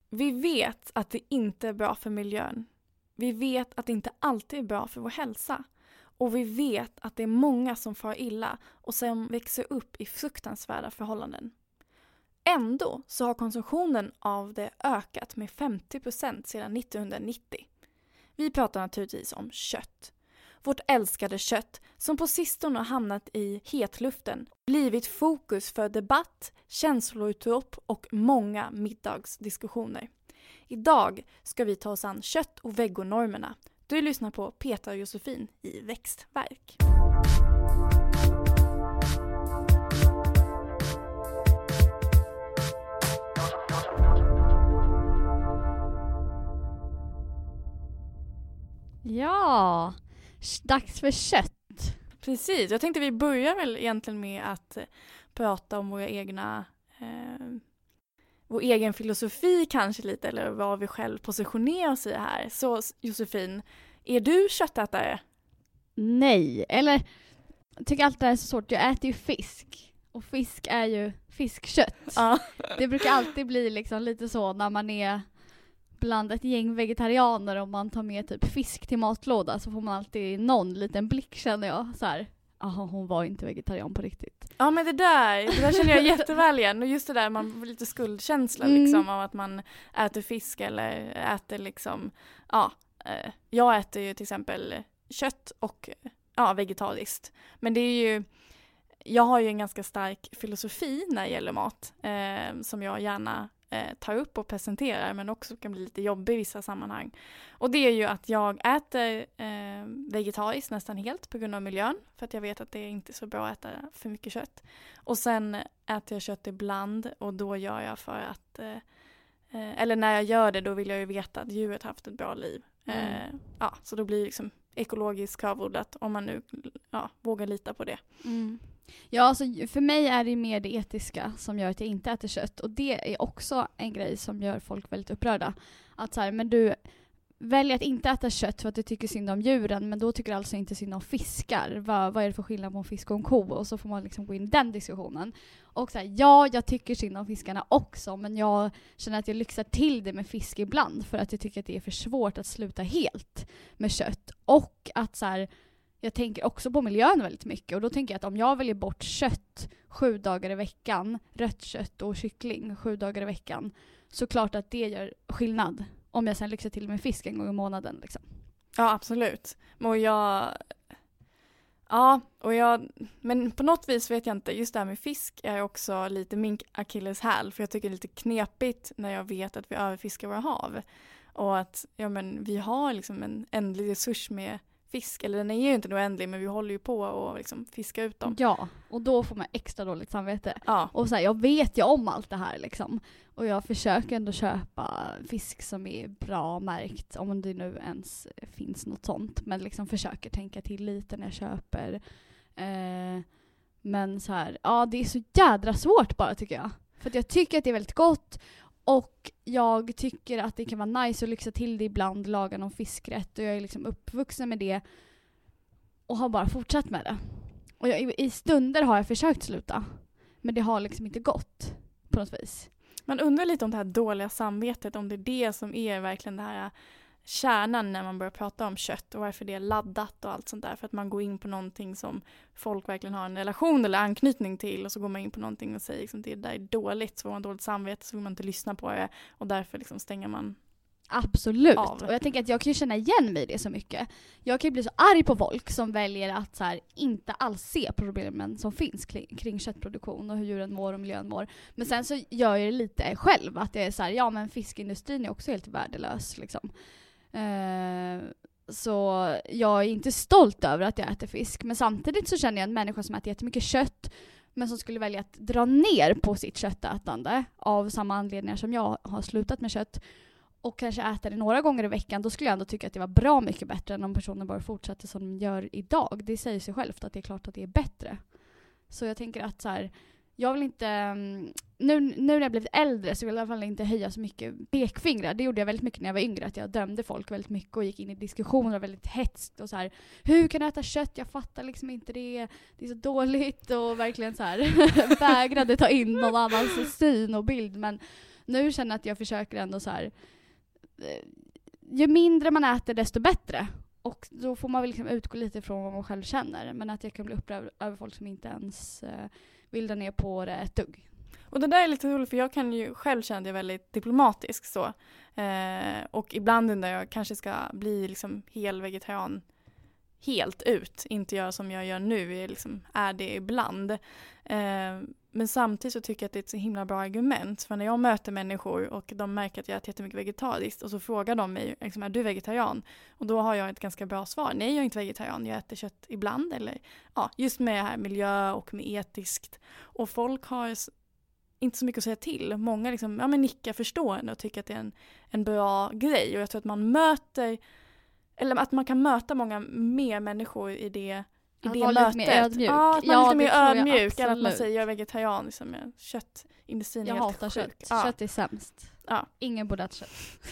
Vi vet att det inte är bra för miljön. Vi vet att det inte alltid är bra för vår hälsa. Och vi vet att det är många som far illa och som växer upp i fruktansvärda förhållanden. Ändå så har konsumtionen av det ökat med 50% sedan 1990. Vi pratar naturligtvis om kött. Vårt älskade kött som på sistone har hamnat i hetluften, blivit fokus för debatt, känsloutrop och många middagsdiskussioner. Idag ska vi ta oss an kött- och vegonormerna. Du lyssnar på Petra och Josefin i Växtverk. Ja, dags för kött. Precis, jag tänkte vi börjar väl egentligen med att prata om vår egen filosofi kanske lite, eller vad vi själv positionerar oss i här. Så Josefin, är du köttätare? Nej, eller jag tycker allt det här är så svårt. Jag äter ju fisk. Och fisk är ju fiskkött. Ja. Det brukar alltid bli liksom lite så när man är bland ett gäng vegetarianer och man tar med typ fisk till matlåda, så får man alltid någon liten blick, känner jag. Så här, aha, hon var inte vegetarian på riktigt. Ja, men det där känner jag jätteväl igen. Och just det där, man får lite skuldkänsla liksom, av att man äter fisk eller äter liksom, jag äter ju till exempel kött och vegetariskt. Men det är ju, jag har ju en ganska stark filosofi när det gäller mat som jag gärna tar upp och presenterar, men också kan bli lite jobbig i vissa sammanhang. Och det är ju att jag äter vegetariskt nästan helt på grund av miljön, för att jag vet att det är inte så bra att äta för mycket kött. Och sen äter jag kött ibland, och då gör jag för att eller när jag gör det, då vill jag ju veta att djuret har haft ett bra liv. Så då blir det liksom ekologiskt kravodlat, om man nu vågar lita på det. Ja, alltså för mig är det mer det etiska som gör att jag inte äter kött. Och det är också en grej som gör folk väldigt upprörda. Att så här, men du väljer att inte äta kött för att du tycker synd om djuren, men då tycker du alltså inte synd om fiskar. Vad är det för skillnad på en fisk och en ko? Och så får man liksom gå in i den diskussionen. Och så här, ja, jag tycker synd om fiskarna också, men jag känner att jag lyxar till det med fisk ibland för att jag tycker att det är för svårt att sluta helt med kött. Och att så här, jag tänker också på miljön väldigt mycket. Och då tänker jag att om jag väljer bort kött 7 dagar i veckan, rött kött och kyckling 7 dagar i veckan, så klart att det gör skillnad om jag sen lyxar till med fisk en gång i månaden. Liksom. Ja, absolut. Men på något vis vet jag inte, just det här med fisk är också lite min akilleshäl, för jag tycker det är lite knepigt när jag vet att vi överfiskar våra hav. Och att vi har liksom en ändlig resurs med fisk, eller den är ju inte oändlig, men vi håller ju på och liksom fiska ut dem. Ja, och då får man extra dåligt samvete. Ja. Och så här, jag vet ju om allt det här liksom. Och jag försöker ändå köpa fisk som är bra märkt, om det nu ens finns något sånt. Men liksom försöker tänka till lite när jag köper. Men så här, det är så jädra svårt bara, tycker jag. För att jag tycker att det är väldigt gott. Och jag tycker att det kan vara nice att lyxa till det ibland, laga någon fiskrätt. Och jag är liksom uppvuxen med det och har bara fortsatt med det. Och i stunder har jag försökt sluta. Men det har liksom inte gått på något vis. Man undrar lite om det här dåliga samvetet, om det är det som är verkligen det här kärnan när man börjar prata om kött, och varför det är laddat och allt sånt där. För att man går in på någonting som folk verkligen har en relation eller anknytning till, och så går man in på någonting och säger liksom, det där är dåligt, så får man dåligt samvete, så vill man inte lyssna på det, och därför liksom stänger man Absolut. av. Och jag tänker att jag kan ju känna igen mig i det så mycket. Jag kan ju bli så arg på folk som väljer att så här, inte alls se problemen som finns kring köttproduktion och hur djuren mår och miljön mår. Men sen så gör jag det lite själv, att jag är så här, men fiskindustrin är också helt värdelös liksom. Så jag är inte stolt över att jag äter fisk. Men samtidigt så känner jag en människa som äter jättemycket kött, men som skulle välja att dra ner på sitt köttätande av samma anledningar som jag har slutat med kött, och kanske äter det några gånger i veckan, då skulle jag ändå tycka att det var bra mycket bättre än om personen bara fortsätter som de gör idag. Det säger sig självt att det är klart att det är bättre. Så jag tänker att så här, jag vill inte, nu när jag blivit äldre så vill jag i alla fall inte höja så mycket pekfingrar. Det gjorde jag väldigt mycket när jag var yngre, att jag dömde folk väldigt mycket och gick in i diskussioner väldigt hetskt och så här, hur kan du äta kött? Jag fattar liksom inte det. Det är så dåligt, och verkligen så här vägrade ta in någon annans syn och bild. Men Nu känner jag att jag försöker ändå så här, ju mindre man äter desto bättre. Och då får man väl liksom utgå lite från vad man själv känner. Men att jag kan bli upprörd över folk som inte ens vill dra ner på det ett dugg. Och det där är lite roligt, för jag kan ju själv känna att jag är väldigt diplomatisk så. Och ibland undrar jag kanske ska bli liksom hel vegetarian helt ut. Inte göra som jag gör nu, liksom är det ibland. Men samtidigt så tycker jag att det är ett så himla bra argument. För när jag möter människor och de märker att jag äter jättemycket vegetariskt och så frågar de mig, liksom, är du vegetarian? Och då har jag ett ganska bra svar. Nej, jag är inte vegetarian, jag äter kött ibland. Eller, ja, just med här miljö och med etiskt. Och folk har inte så mycket att säga till. Många liksom, nickar förstående och tycker att det är en bra grej. Och jag tror att man möter, eller att man kan möta många mer människor i det mötet. Lite mer ödmjuk. Ja, att man är lite mer ödmjuk än att man absolut. säger jag är vegetarian. Liksom, köttindustrin är Jag helt hatar sjuk. kött. Ja. Kött är sämst. Ja. Ingen borde äta kött.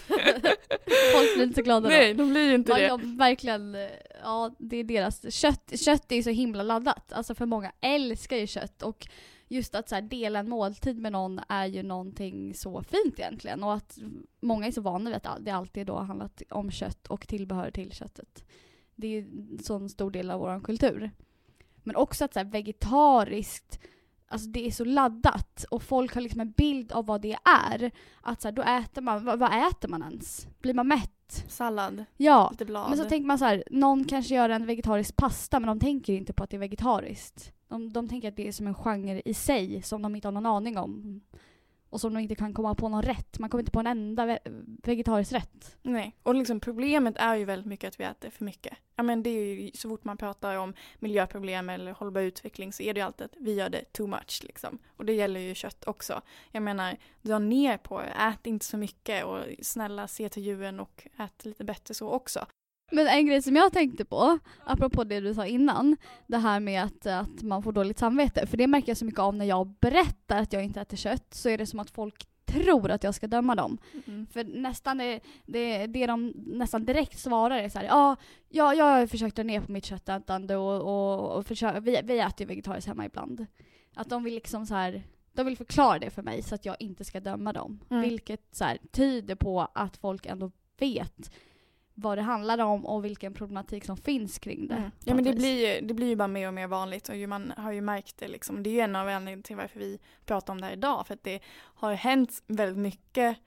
Folk blir inte så glada Nej, de blir ju inte det. De verkligen, ja, det är deras. Kött är så himla laddat. Alltså för många älskar ju kött. Och just att så här, dela en måltid med någon är ju någonting så fint egentligen. Och att många är så vana vid att det alltid då har handlat om kött och tillbehör till köttet. Det är ju en sån stor del av vår kultur. Men också att så här, vegetariskt, alltså det är så laddat. Och folk har liksom en bild av vad det är. Att så här, då äter man, vad äter man ens? Blir man mätt? Sallad, Ja, lite blad. men så tänker man så här, någon kanske gör en vegetarisk pasta men de tänker inte på att det är vegetariskt. De tänker att det är som en genre i sig som de inte har någon aning om. Och som de inte kan komma på någon rätt. Man kommer inte på en enda vegetarisk rätt. Nej, och liksom problemet är ju väldigt mycket att vi äter för mycket. Ja, men det är ju, så fort man pratar om miljöproblem eller hållbar utveckling så är det ju alltid att vi gör det too much liksom. Och det gäller ju kött också. Jag menar, dra ner på det, ät inte så mycket och snälla se till djuren och ät lite bättre så också. Men en grej som jag tänkte på, apropå det du sa innan, det här med att man får dåligt samvete. För det märker jag så mycket av när jag berättar att jag inte äter kött, så är det som att folk tror att jag ska döma dem. Mm. För nästan det de nästan direkt svarar är så här, jag har försökt dra ner på mitt köttätande och vi äter ju vegetariskt hemma ibland. Att de vill liksom så här, de vill förklara det för mig så att jag inte ska döma dem. Vilket så här, tyder på att folk ändå vet vad det handlar om och vilken problematik som finns kring det. Ja, men det blir ju bara mer och mer vanligt och man har ju märkt det liksom. Det är ju en av anledningarna till varför vi pratar om det här idag, för att det har hänt väldigt mycket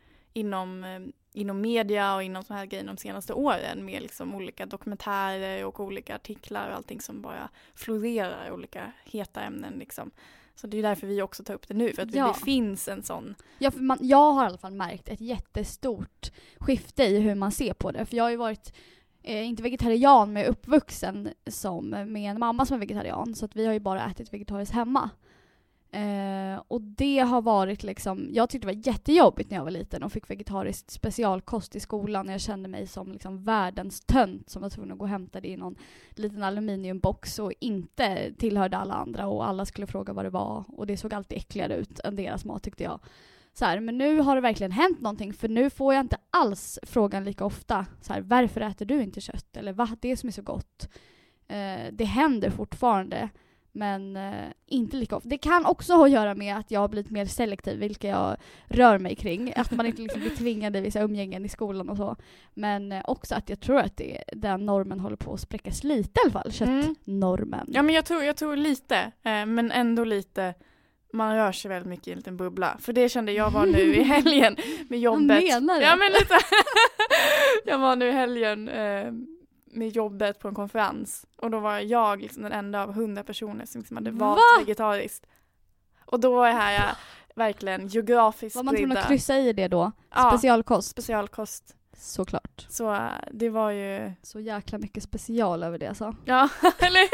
inom media och inom sådana här grejer de senaste åren med liksom olika dokumentärer och olika artiklar och allting som bara florerar, olika heta ämnen liksom. Så det är därför vi också tar upp det nu, för att det finns en sån. Ja, för jag har i alla fall märkt ett jättestort skifte i hur man ser på det. För jag har ju varit, inte vegetarian, men uppvuxen med en mamma som är vegetarian. Så att vi har ju bara ätit vegetariskt hemma. Och det har varit liksom, jag tyckte det var jättejobbigt när jag var liten och fick vegetariskt specialkost i skolan. Jag kände mig som liksom världens tönt som var tvungen att gå och hämta det i någon liten aluminiumbox och inte tillhörde alla andra, och alla skulle fråga vad det var, och det såg alltid äckligare ut än deras mat, tyckte jag. Så här, men nu har det verkligen hänt någonting, för nu får jag inte alls frågan lika ofta så här, varför äter du inte kött, eller vad det är som är så gott. Det händer fortfarande, men inte lika ofta. Det kan också ha att göra med att jag har blivit mer selektiv, vilka jag rör mig kring. Att man inte liksom blir tvingad i vissa umgängen i skolan och så. Men också att jag tror att den normen håller på att spräckas lite i alla fall. Köttnormen. Ja, men jag tror lite. Men ändå lite. Man rör sig väldigt mycket i en liten bubbla. För det kände jag var nu i helgen med jobbet. Vad menar du? Ja, men lite. Jag var nu i helgen med jobbet på en konferens. Och då var jag liksom den enda av 100 personer som liksom hade valt vegetariskt. Och då är jag verkligen geografiskt var man tvungen att kryssa i det då? Specialkost. Såklart. Så det var ju... Så jäkla mycket special över det alltså. Ja, eller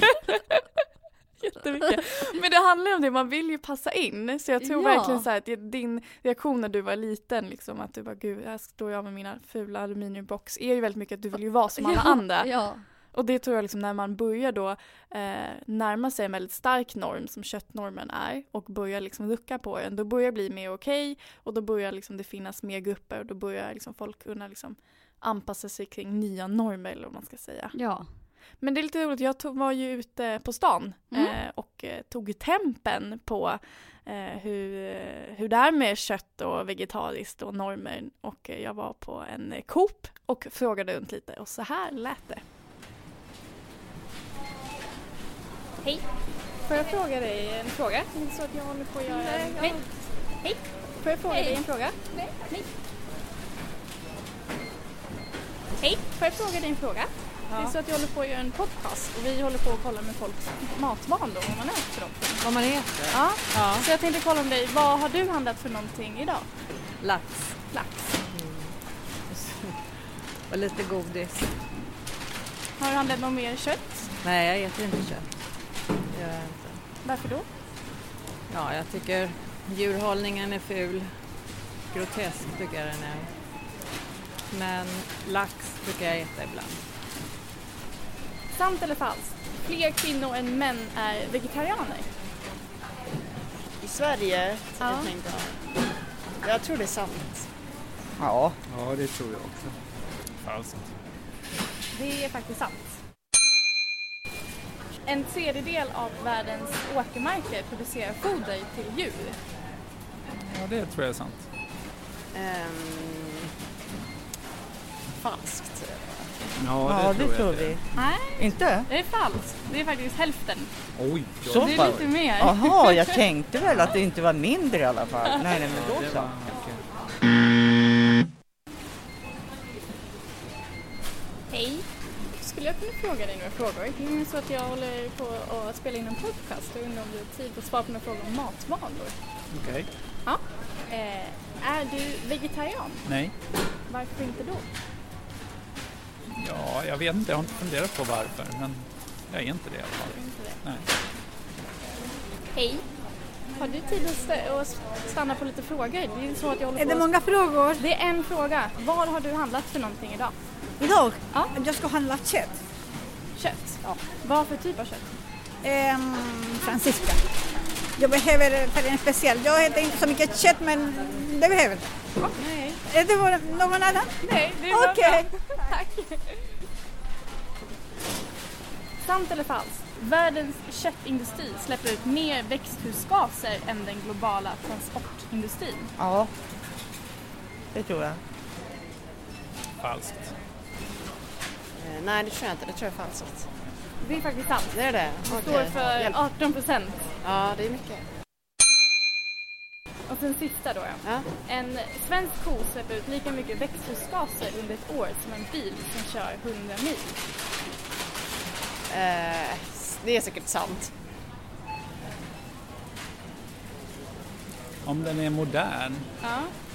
jättemycket. Men det handlar om det, man vill ju passa in. Så jag tror verkligen så här att din reaktion när du var liten, liksom, att du bara, gud, här står jag med mina fula aluminiumbox, är ju väldigt mycket att du vill ju vara som alla andra. Ja. Och det tror jag liksom, när man börjar då närma sig en väldigt stark norm som köttnormen är och börjar liksom rucka på den, då börjar det bli mer okej, och då börjar liksom det finnas mer grupper, och då börjar liksom folk kunna liksom anpassa sig kring nya normer, eller vad man ska säga. Ja. Men det är lite roligt, jag var ju ute på stan och tog tempen på hur det är med kött och vegetariskt och normer. Och jag var på en Coop och frågade runt lite och så här lät det. Hej, får jag fråga dig en fråga? Det är så att jag håller på att göra... Nej. Hej, får jag fråga dig en fråga? Nej. Hej, får jag fråga dig en fråga? Ja. Det är så att jag håller på att göra en podcast och vi håller på att kolla med folks matvanor, vad man äter för dem. Vad man äter? Ja. Så jag tänkte kolla om dig, vad har du handlat för någonting idag? Lax. Och lite godis. Har du handlat något mer kött? Nej, jag äter inte kött. Det gör jag inte. Varför då? Ja, jag tycker djurhållningen är ful. Grotesk tycker jag den är. Men lax brukar jag äta ibland. Sant eller falskt? Fler kvinnor än män är vegetarianer. I Sverige? Ja. Jag tror det är sant. Ja, det tror jag också. Falskt. Det är faktiskt sant. En tredjedel av världens åkermarker producerar foder till djur. Ja, det tror jag är sant. Falskt. Ja, det tror vi. Nej, Inte? det är falskt. Det är faktiskt hälften. Oj, Så Det är pass. lite mer. Jaha, jag tänkte väl att det inte var mindre i alla fall. Nej, men då så. Hej. Skulle jag kunna fråga dig några frågor? Det är så att jag håller på att spela in en podcast och undrar om du har tid att svara på några frågor om matvanor. Okej. Ja. Är du vegetarian? Nej. Varför inte då? Ja, jag vet inte. Jag har inte funderat på varför. Men jag är inte det i alla fall. Inte det. Nej. Hej. Har du tid att stanna på lite frågor? Det är så att jag håller Är på det många frågor? Det är en fråga. Vad har du handlat för någonting idag? Idag? Ja. Jag ska handla kött. Kött? Ja. Vad för typ av kött? Francisca. Jag behöver för en speciell. Jag äter inte så mycket kött men det behöver. Nej. Är det någon annan? Nej, det är Okej. bra. Tack. Sant eller falskt? Världens köttindustri släpper ut mer växthusgaser än den globala transportindustrin. Ja, det tror jag. Falskt. Nej, det tror jag inte. Det tror jag är falskt. Det är faktiskt sant. Det är det? Det står för 18%. Ja, det är mycket. Och sen sista då. Ja. En svensk ko släpper ut lika mycket växthusgaser under ett år som en bil som kör 100 mil. Det är säkert sant. Om den är modern Ja.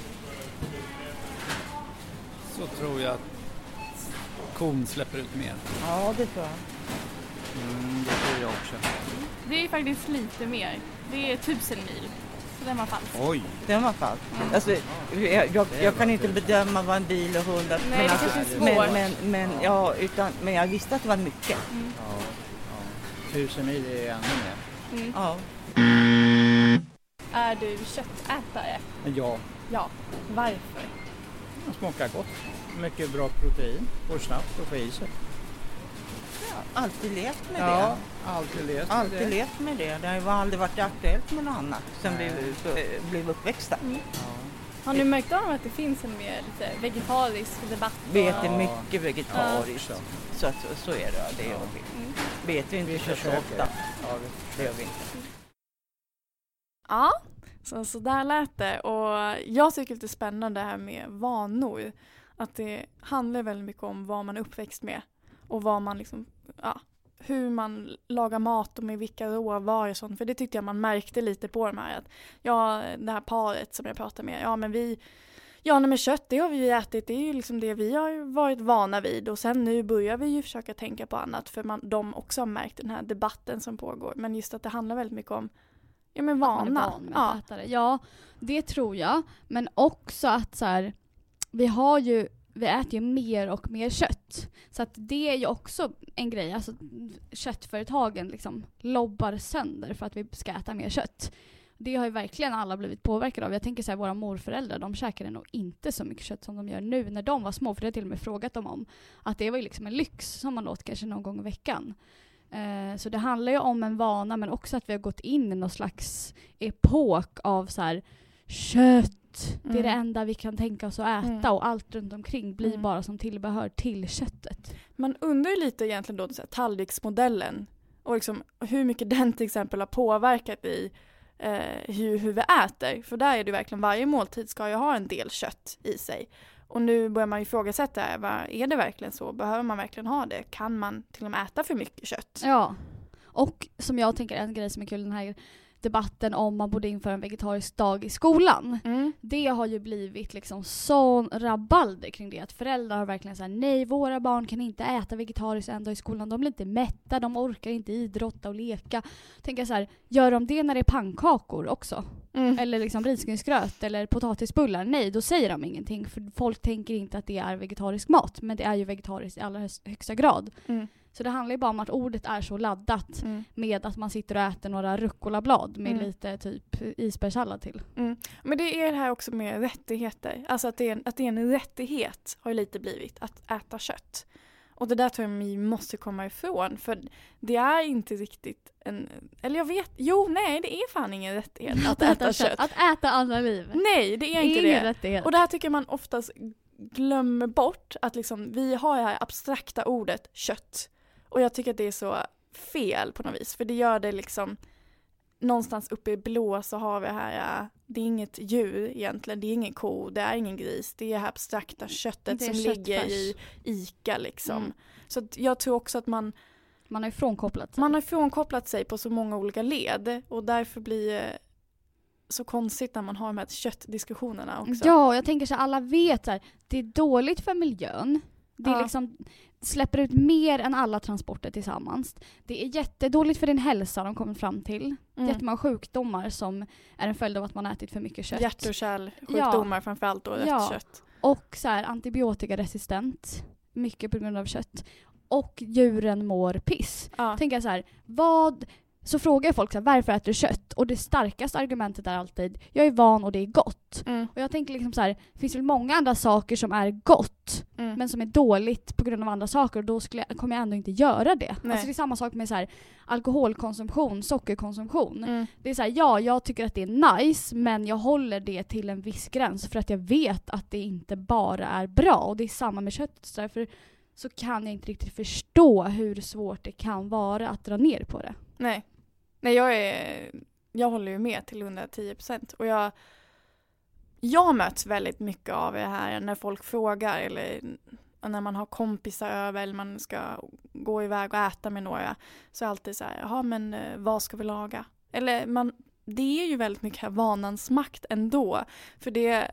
så tror jag att kon släpper ut mer. Ja, det tror jag. Det tror jag också. Det är faktiskt lite mer. Det är 1000 mil. Så den var falsk. Oj! Den var falsk. Alltså, jag kan inte bedöma vad en bil och 100... Nej, det kanske är svårt. Men jag visste att det var mycket. Ja. 1000 mil är ännu mer. Ja. Är du köttätare? Ja, Ja. Varför? det smakar gott. Mycket bra protein. Går snabbt att få i sig. Alltid levt med Ja, det. alltid läst med Alltid det. levt med det. Det har ju aldrig varit aktuellt med något annat sen vi blev uppväxta. Har ni märkt av att det finns en mer lite vegetarisk debatt? Vi äter mycket vegetariskt. Ja. Så, så är det. Det gör vi. Vi äter inte kött så ofta. Ja, Det gör vi inte. Ja, så där lät det. Och jag tycker det är spännande det här med vanor. Att det handlar väldigt mycket om vad man är uppväxt med. Och vad man liksom, hur man lagar mat och med vilka råvaror och sånt. För det tyckte jag man märkte lite på de här. Att, det här paret som jag pratade med. Med kött, det har vi ju ätit. Det är ju liksom det vi har varit vana vid. Och sen nu börjar vi ju försöka tänka på annat. För de också har märkt den här debatten som pågår. Men just att det handlar väldigt mycket om vana. Man är van med att äta det. Ja, det tror jag. Men också att så här, vi äter ju mer och mer kött. Så att det är ju också en grej. Alltså köttföretagen liksom lobbar sönder för att vi ska äta mer kött. Det har ju verkligen alla blivit påverkade av. Jag tänker så här, våra morföräldrar, de käkade nog inte så mycket kött som de gör nu när de var små. För det har jag till och med frågat dem om. Att det var ju liksom en lyx som man åt kanske någon gång i veckan. Så det handlar ju om en vana, men också att vi har gått in i någon slags epok av så här, kött. Det är det enda vi kan tänka oss att äta och allt runt omkring blir bara som tillbehör till köttet. Man undrar ju lite egentligen då så här, tallriksmodellen och liksom hur mycket den till exempel har påverkat i hur vi äter. För där är det verkligen, varje måltid ska ju ha en del kött i sig. Och nu börjar man ju ifrågasätta, är det verkligen så? Behöver man verkligen ha det? Kan man till och med äta för mycket kött? Ja, och som jag tänker en grej som är kul, den här debatten om man borde införa en vegetarisk dag i skolan. Det har ju blivit liksom sån rabalder kring det. Att föräldrar har verkligen sagt nej, våra barn kan inte äta vegetariskt en dag i skolan. De blir inte mätta, de orkar inte idrotta och leka. Tänker så här, gör de det när det är pannkakor också? Eller liksom risgrynsgröt eller potatisbullar? Nej, då säger de ingenting. För folk tänker inte att det är vegetarisk mat. Men det är ju vegetariskt i allra högsta grad. Så det handlar ju bara om att ordet är så laddat med att man sitter och äter några rucolablad med lite typ isbergssallad till. Men det är det här också med rättigheter. Alltså att det är en rättighet har ju lite blivit att äta kött. Och det där tror jag vi måste komma ifrån. För det är inte riktigt eller jag vet, det är fan ingen rättighet att äta kött. Att äta andra liv. Nej, det är inte det. Rättighet. Och det här tycker man oftast glömmer bort. Att liksom, vi har det här abstrakta ordet kött. Och jag tycker att det är så fel på något vis. För det gör det liksom någonstans uppe i blå så har vi här, det är inget djur egentligen, det är ingen ko, det är ingen gris, det är det här abstrakta köttet som ligger i ICA liksom. Så att jag tror också att man har frånkopplat sig på så många olika led och därför blir det så konstigt när man har de här köttdiskussionerna också. Ja, jag tänker så alla vet att det är dåligt för miljön. Det är liksom släpper ut mer än alla transporter tillsammans. Det är jättedåligt för din hälsa, de kommer fram till. Jättemånga sjukdomar som är en följd av att man ätit för mycket kött. Hjärt- och kärlsjukdomar framförallt och rött kött. Och så här, antibiotikaresistent. Mycket på grund av kött. Och djuren mår piss. Tänker jag så här, så frågar folk så här, varför äter du kött? Och det starkaste argumentet är alltid, jag är van och det är gott. Och jag tänker liksom så här, det finns väl många andra saker som är gott men som är dåligt på grund av andra saker och då kommer jag ändå inte göra det. Alltså det är samma sak med så här, alkoholkonsumtion, sockerkonsumtion. Det är så här, jag tycker att det är nice men jag håller det till en viss gräns för att jag vet att det inte bara är bra. Och det är samma med kött, så därför så kan jag inte riktigt förstå hur svårt det kan vara att dra ner på det. Nej, jag håller ju med till 110%. Och jag möts väldigt mycket av det här när folk frågar eller när man har kompisar över eller man ska gå iväg och äta med några. Så är alltid så här, jaha men vad ska vi laga? Eller det är ju väldigt mycket vanans makt ändå. För det,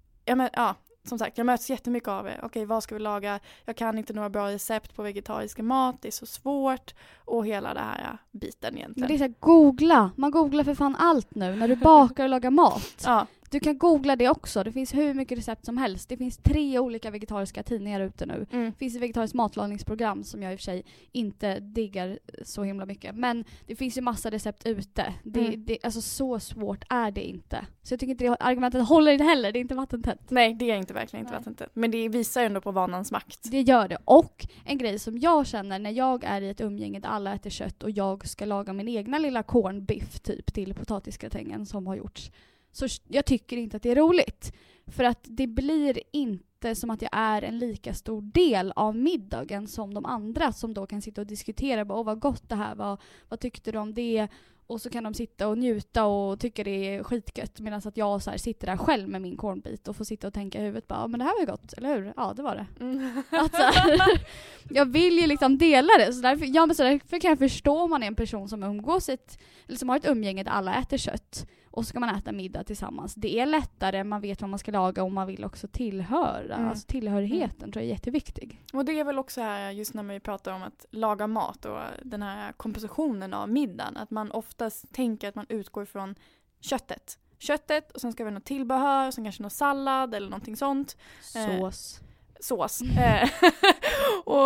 som sagt, jag möts jättemycket av det. Okej, vad ska vi laga? Jag kan inte några bra recept på vegetariska mat. Det är så svårt. Och hela det här biten egentligen. Men det är så här, googla. Man googlar för fan allt nu. När du bakar och lagar mat. Du kan googla det också. Det finns hur mycket recept som helst. Det finns 3 olika vegetariska tidningar ute nu. Det finns ett vegetariskt matlagningsprogram som jag i och för sig inte diggar så himla mycket. Men det finns ju massa recept ute. Alltså så svårt är det inte. Så jag tycker inte det argumentet håller inte heller. Det är inte vattentätt. Nej, det är inte verkligen inte vattentätt. Men det visar ju ändå på vanans makt. Det gör det. Och en grej som jag känner när jag är i ett umgänge där alla äter kött och jag ska laga min egna lilla cornbiff typ till potatisgratängen som har gjorts. Så jag tycker inte att det är roligt. För att det blir inte som att jag är en lika stor del av middagen som de andra som då kan sitta och diskutera. Vad gott det här var. Vad tyckte du om det? Och så kan de sitta och njuta och tycka det är skitgött. Medan att jag så här sitter där själv med min cornbit och får sitta och tänka i huvudet. Men det här var ju gott, eller hur? Ja, det var det. Alltså, jag vill ju liksom dela det. Så därför kan jag förstå om man är en person som umgås eller som har ett umgänge där alla äter kött. Och så ska man äta middag tillsammans. Det är lättare, man vet vad man ska laga och man vill också tillhöra. Alltså tillhörigheten tror jag är jätteviktig. Och det är väl också här just när man pratar om att laga mat och den här kompositionen av middagen. Att man oftast tänker att man utgår från köttet och sen ska vi ha något tillbehör och sen kanske något sallad eller någonting sånt. Sås. Och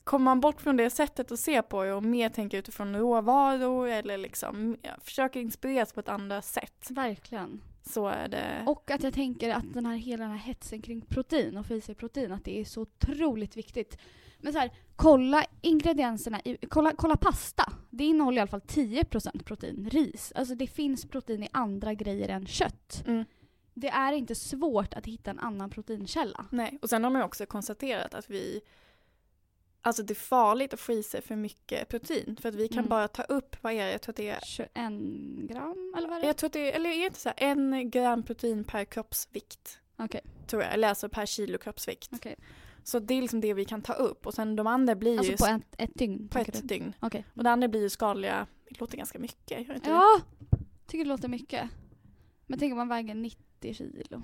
kommer man bort från det sättet att se på det och mer tänka utifrån råvaror eller liksom försöka inspireras på ett annat sätt. Verkligen. Så är det. Och att jag tänker att hela den här hetsen kring protein och få protein, att det är så otroligt viktigt. Men så här, kolla ingredienserna, kolla pasta. Det innehåller i alla fall 10% protein, ris. Alltså det finns protein i andra grejer än kött. Det är inte svårt att hitta en annan proteinkälla. Nej, och sen har man ju också konstaterat att alltså det är farligt att få i sig för mycket protein. För att vi kan bara ta upp, vad är det? Jag tror att det är 21 gram eller vad är det? Jag tror att det är, eller är det inte så här, 1 gram protein per kroppsvikt. Okej. Tror jag, eller alltså per kilo kroppsvikt. Okej. Så det är liksom det vi kan ta upp. Och sen de andra blir alltså ju... på ett dygn? På ett dygn. Okej. Och det andra blir ju skadliga. Det låter ganska mycket, gör inte ja, tycker det låter mycket. Men tänk om man väger 90 kilo.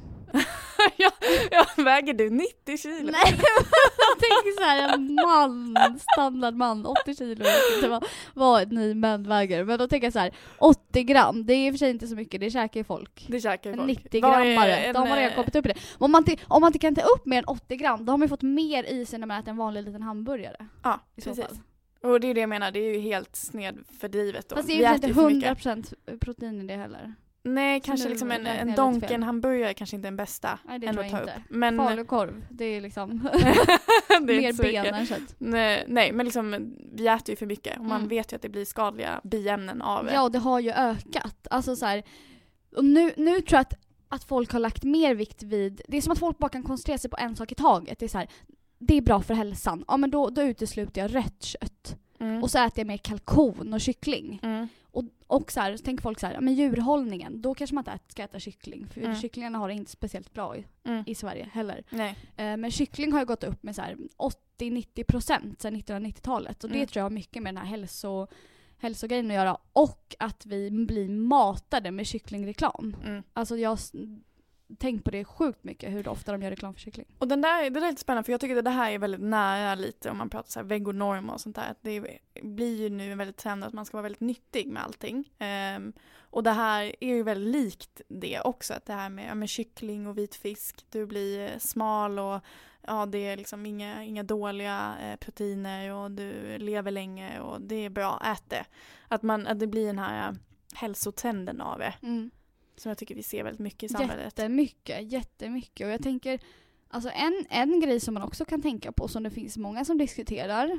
ja, väger du 90 kilo? Nej, jag tänker så här, en man, standardman, 80 kilo. Jag vet inte vad ni män väger. Men då tänker jag så här, 80 gram, det är i och för sig inte så mycket, det käkar ju folk. Det käkar folk. 90 grammare, då har man redan kommit upp i det. Om man inte kan ta upp mer än 80 gram, då har man fått mer i sig när man äter en vanlig liten hamburgare. Ja, precis. Och det är det jag menar, det är ju helt snedfördrivet då. Fast det är ju inte 100% protein i det heller. Nej, kanske liksom en Donken-hamburgare kanske inte är den bästa. Nej, det tror jag inte. Men falukorv, det är liksom det är mer ben än kött. Nej, men liksom vi äter ju för mycket. Och man vet ju att det blir skadliga biämnen av det. Ja, det har ju ökat. Alltså så här, och nu tror jag att folk har lagt mer vikt vid... Det är som att folk bara kan koncentrera sig på en sak i taget. Det är så här, det är bra för hälsan. Ja, men då utesluter jag rött kött. Och så äter jag mer kalkon och kyckling. Och så här, så tänker folk så här, men djurhållningen, då kanske man inte ska äta kyckling. För kycklingarna har det inte speciellt bra i Sverige heller. Nej. Men kyckling har ju gått upp med så här 80-90% sedan 1990-talet. Och det tror jag har mycket med den här hälsogrejen att göra. Och att vi blir matade med kycklingreklam. Alltså jag tänkt på det sjukt mycket, hur ofta de gör reklam för kyckling. Och det där är lite spännande, för jag tycker att det här är väldigt nära lite om man pratar så här vegonorm och sånt där. Det blir ju nu en väldigt trend att man ska vara väldigt nyttig med allting. Och det här är ju väldigt likt det också, att det här med kyckling och vit fisk, du blir smal och ja, det är liksom inga dåliga proteiner och du lever länge och det är bra, ät det. Att det blir den här hälsotrenden av det. Som jag tycker vi ser väldigt mycket i samhället. Jättemycket. Och jag tänker, alltså en grej som man också kan tänka på, som det finns många som diskuterar,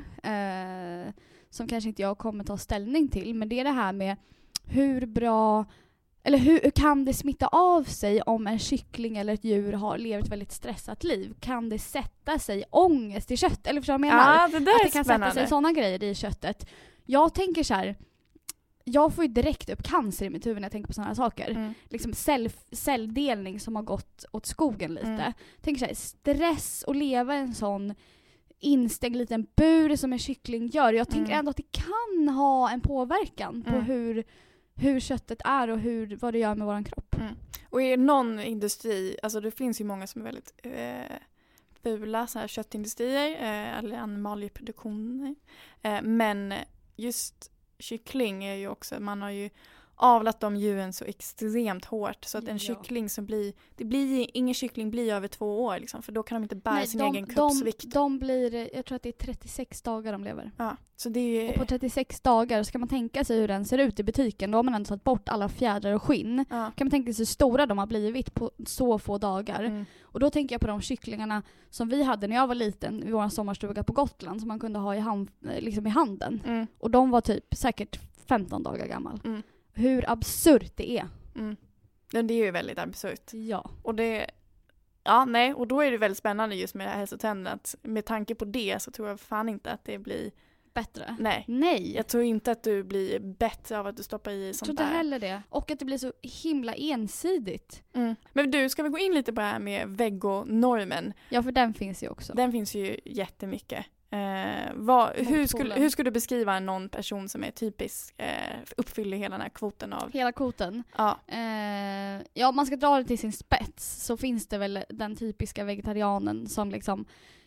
som kanske inte jag kommer ta ställning till, men det är det här med hur bra, eller hur kan det smitta av sig om en kyckling eller ett djur lever ett väldigt stressat liv? Kan det sätta sig ångest i kött? Eller förstår du vad jag menar? Ja, det där att är det kan spännande. sätta sig sådana grejer i köttet. Jag tänker så här, jag får ju direkt upp cancer i mitt huvud när jag tänker på sådana här saker. Liksom celldelning som har gått åt skogen lite. Tänk så här, stress och leva i en sån instängd liten bur som en kyckling gör. Jag tänker ändå att det kan ha en påverkan på hur köttet är och vad det gör med våran kropp. Och i någon industri, alltså det finns ju många som är väldigt fula så här köttindustrier eller animalieproduktioner. Men just kyckling är ju också, man har ju avlat de djuren så extremt hårt så att en kyckling som ingen kyckling blir över 2 år liksom, för då kan de inte bära sin egen kroppsvikt. De blir, jag tror att det är 36 dagar de lever. Ja, så det är... Och på 36 dagar ska man tänka sig hur den ser ut i butiken. Då har man ändå satt bort alla fjädrar och skinn. Ja. Kan man tänka sig hur stora de har blivit på så få dagar. Och då tänker jag på de kycklingarna som vi hade när jag var liten i vår sommarstuga på Gotland, som man kunde ha i handen. Och de var typ säkert 15 dagar gammal. Hur absurt det är. Men det är ju väldigt absurt. Ja. Och och då är det väldigt spännande just med det här hälsotrenden, att med tanke på det så tror jag fan inte att det blir bättre. Nej. Jag tror inte att du blir bättre av att du stoppar i sånt där. Jag tror inte heller det. Och att det blir så himla ensidigt. Men du, ska vi gå in lite på det här med vegonormen? Ja, för den finns ju också. Den finns ju jättemycket. Hur skulle du beskriva någon person som är typisk, uppfyller hela den här kvoten av... Hela kvoten? Ja. Om man ska dra det till sin spets så finns det väl den typiska vegetarianen som liksom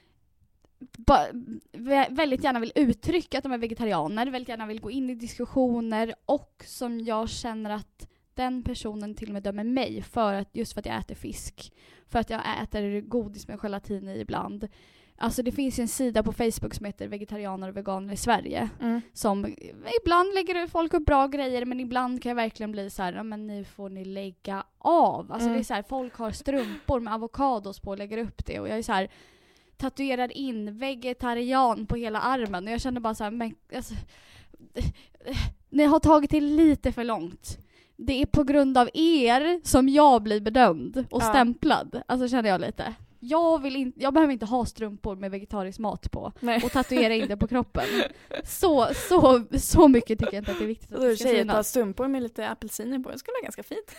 väldigt gärna vill uttrycka att de är vegetarianer, väldigt gärna vill gå in i diskussioner och som jag känner att den personen till och med dömer mig just för att jag äter fisk. För att jag äter godis med gelatin i ibland. Alltså det finns en sida på Facebook som heter Vegetarianer och veganer i Sverige. Som ibland lägger folk upp bra grejer, men ibland kan jag verkligen bli så här, men nu får ni lägga av. Alltså det är så här, folk har strumpor med avokados på och lägger upp det. Och jag är så här, tatuerar in vegetarian på hela armen. Och jag känner bara så här, men alltså, ni har tagit det lite för långt. Det är på grund av er som jag blir bedömd och stämplad. Alltså känner jag lite. Jag behöver inte ha strumpor med vegetarisk mat på. Nej. Och tatuera in det på kroppen. Så mycket tycker jag inte att det är viktigt att det ska synas. Ett par strumpor med lite apelsiner på, det skulle vara ganska fint.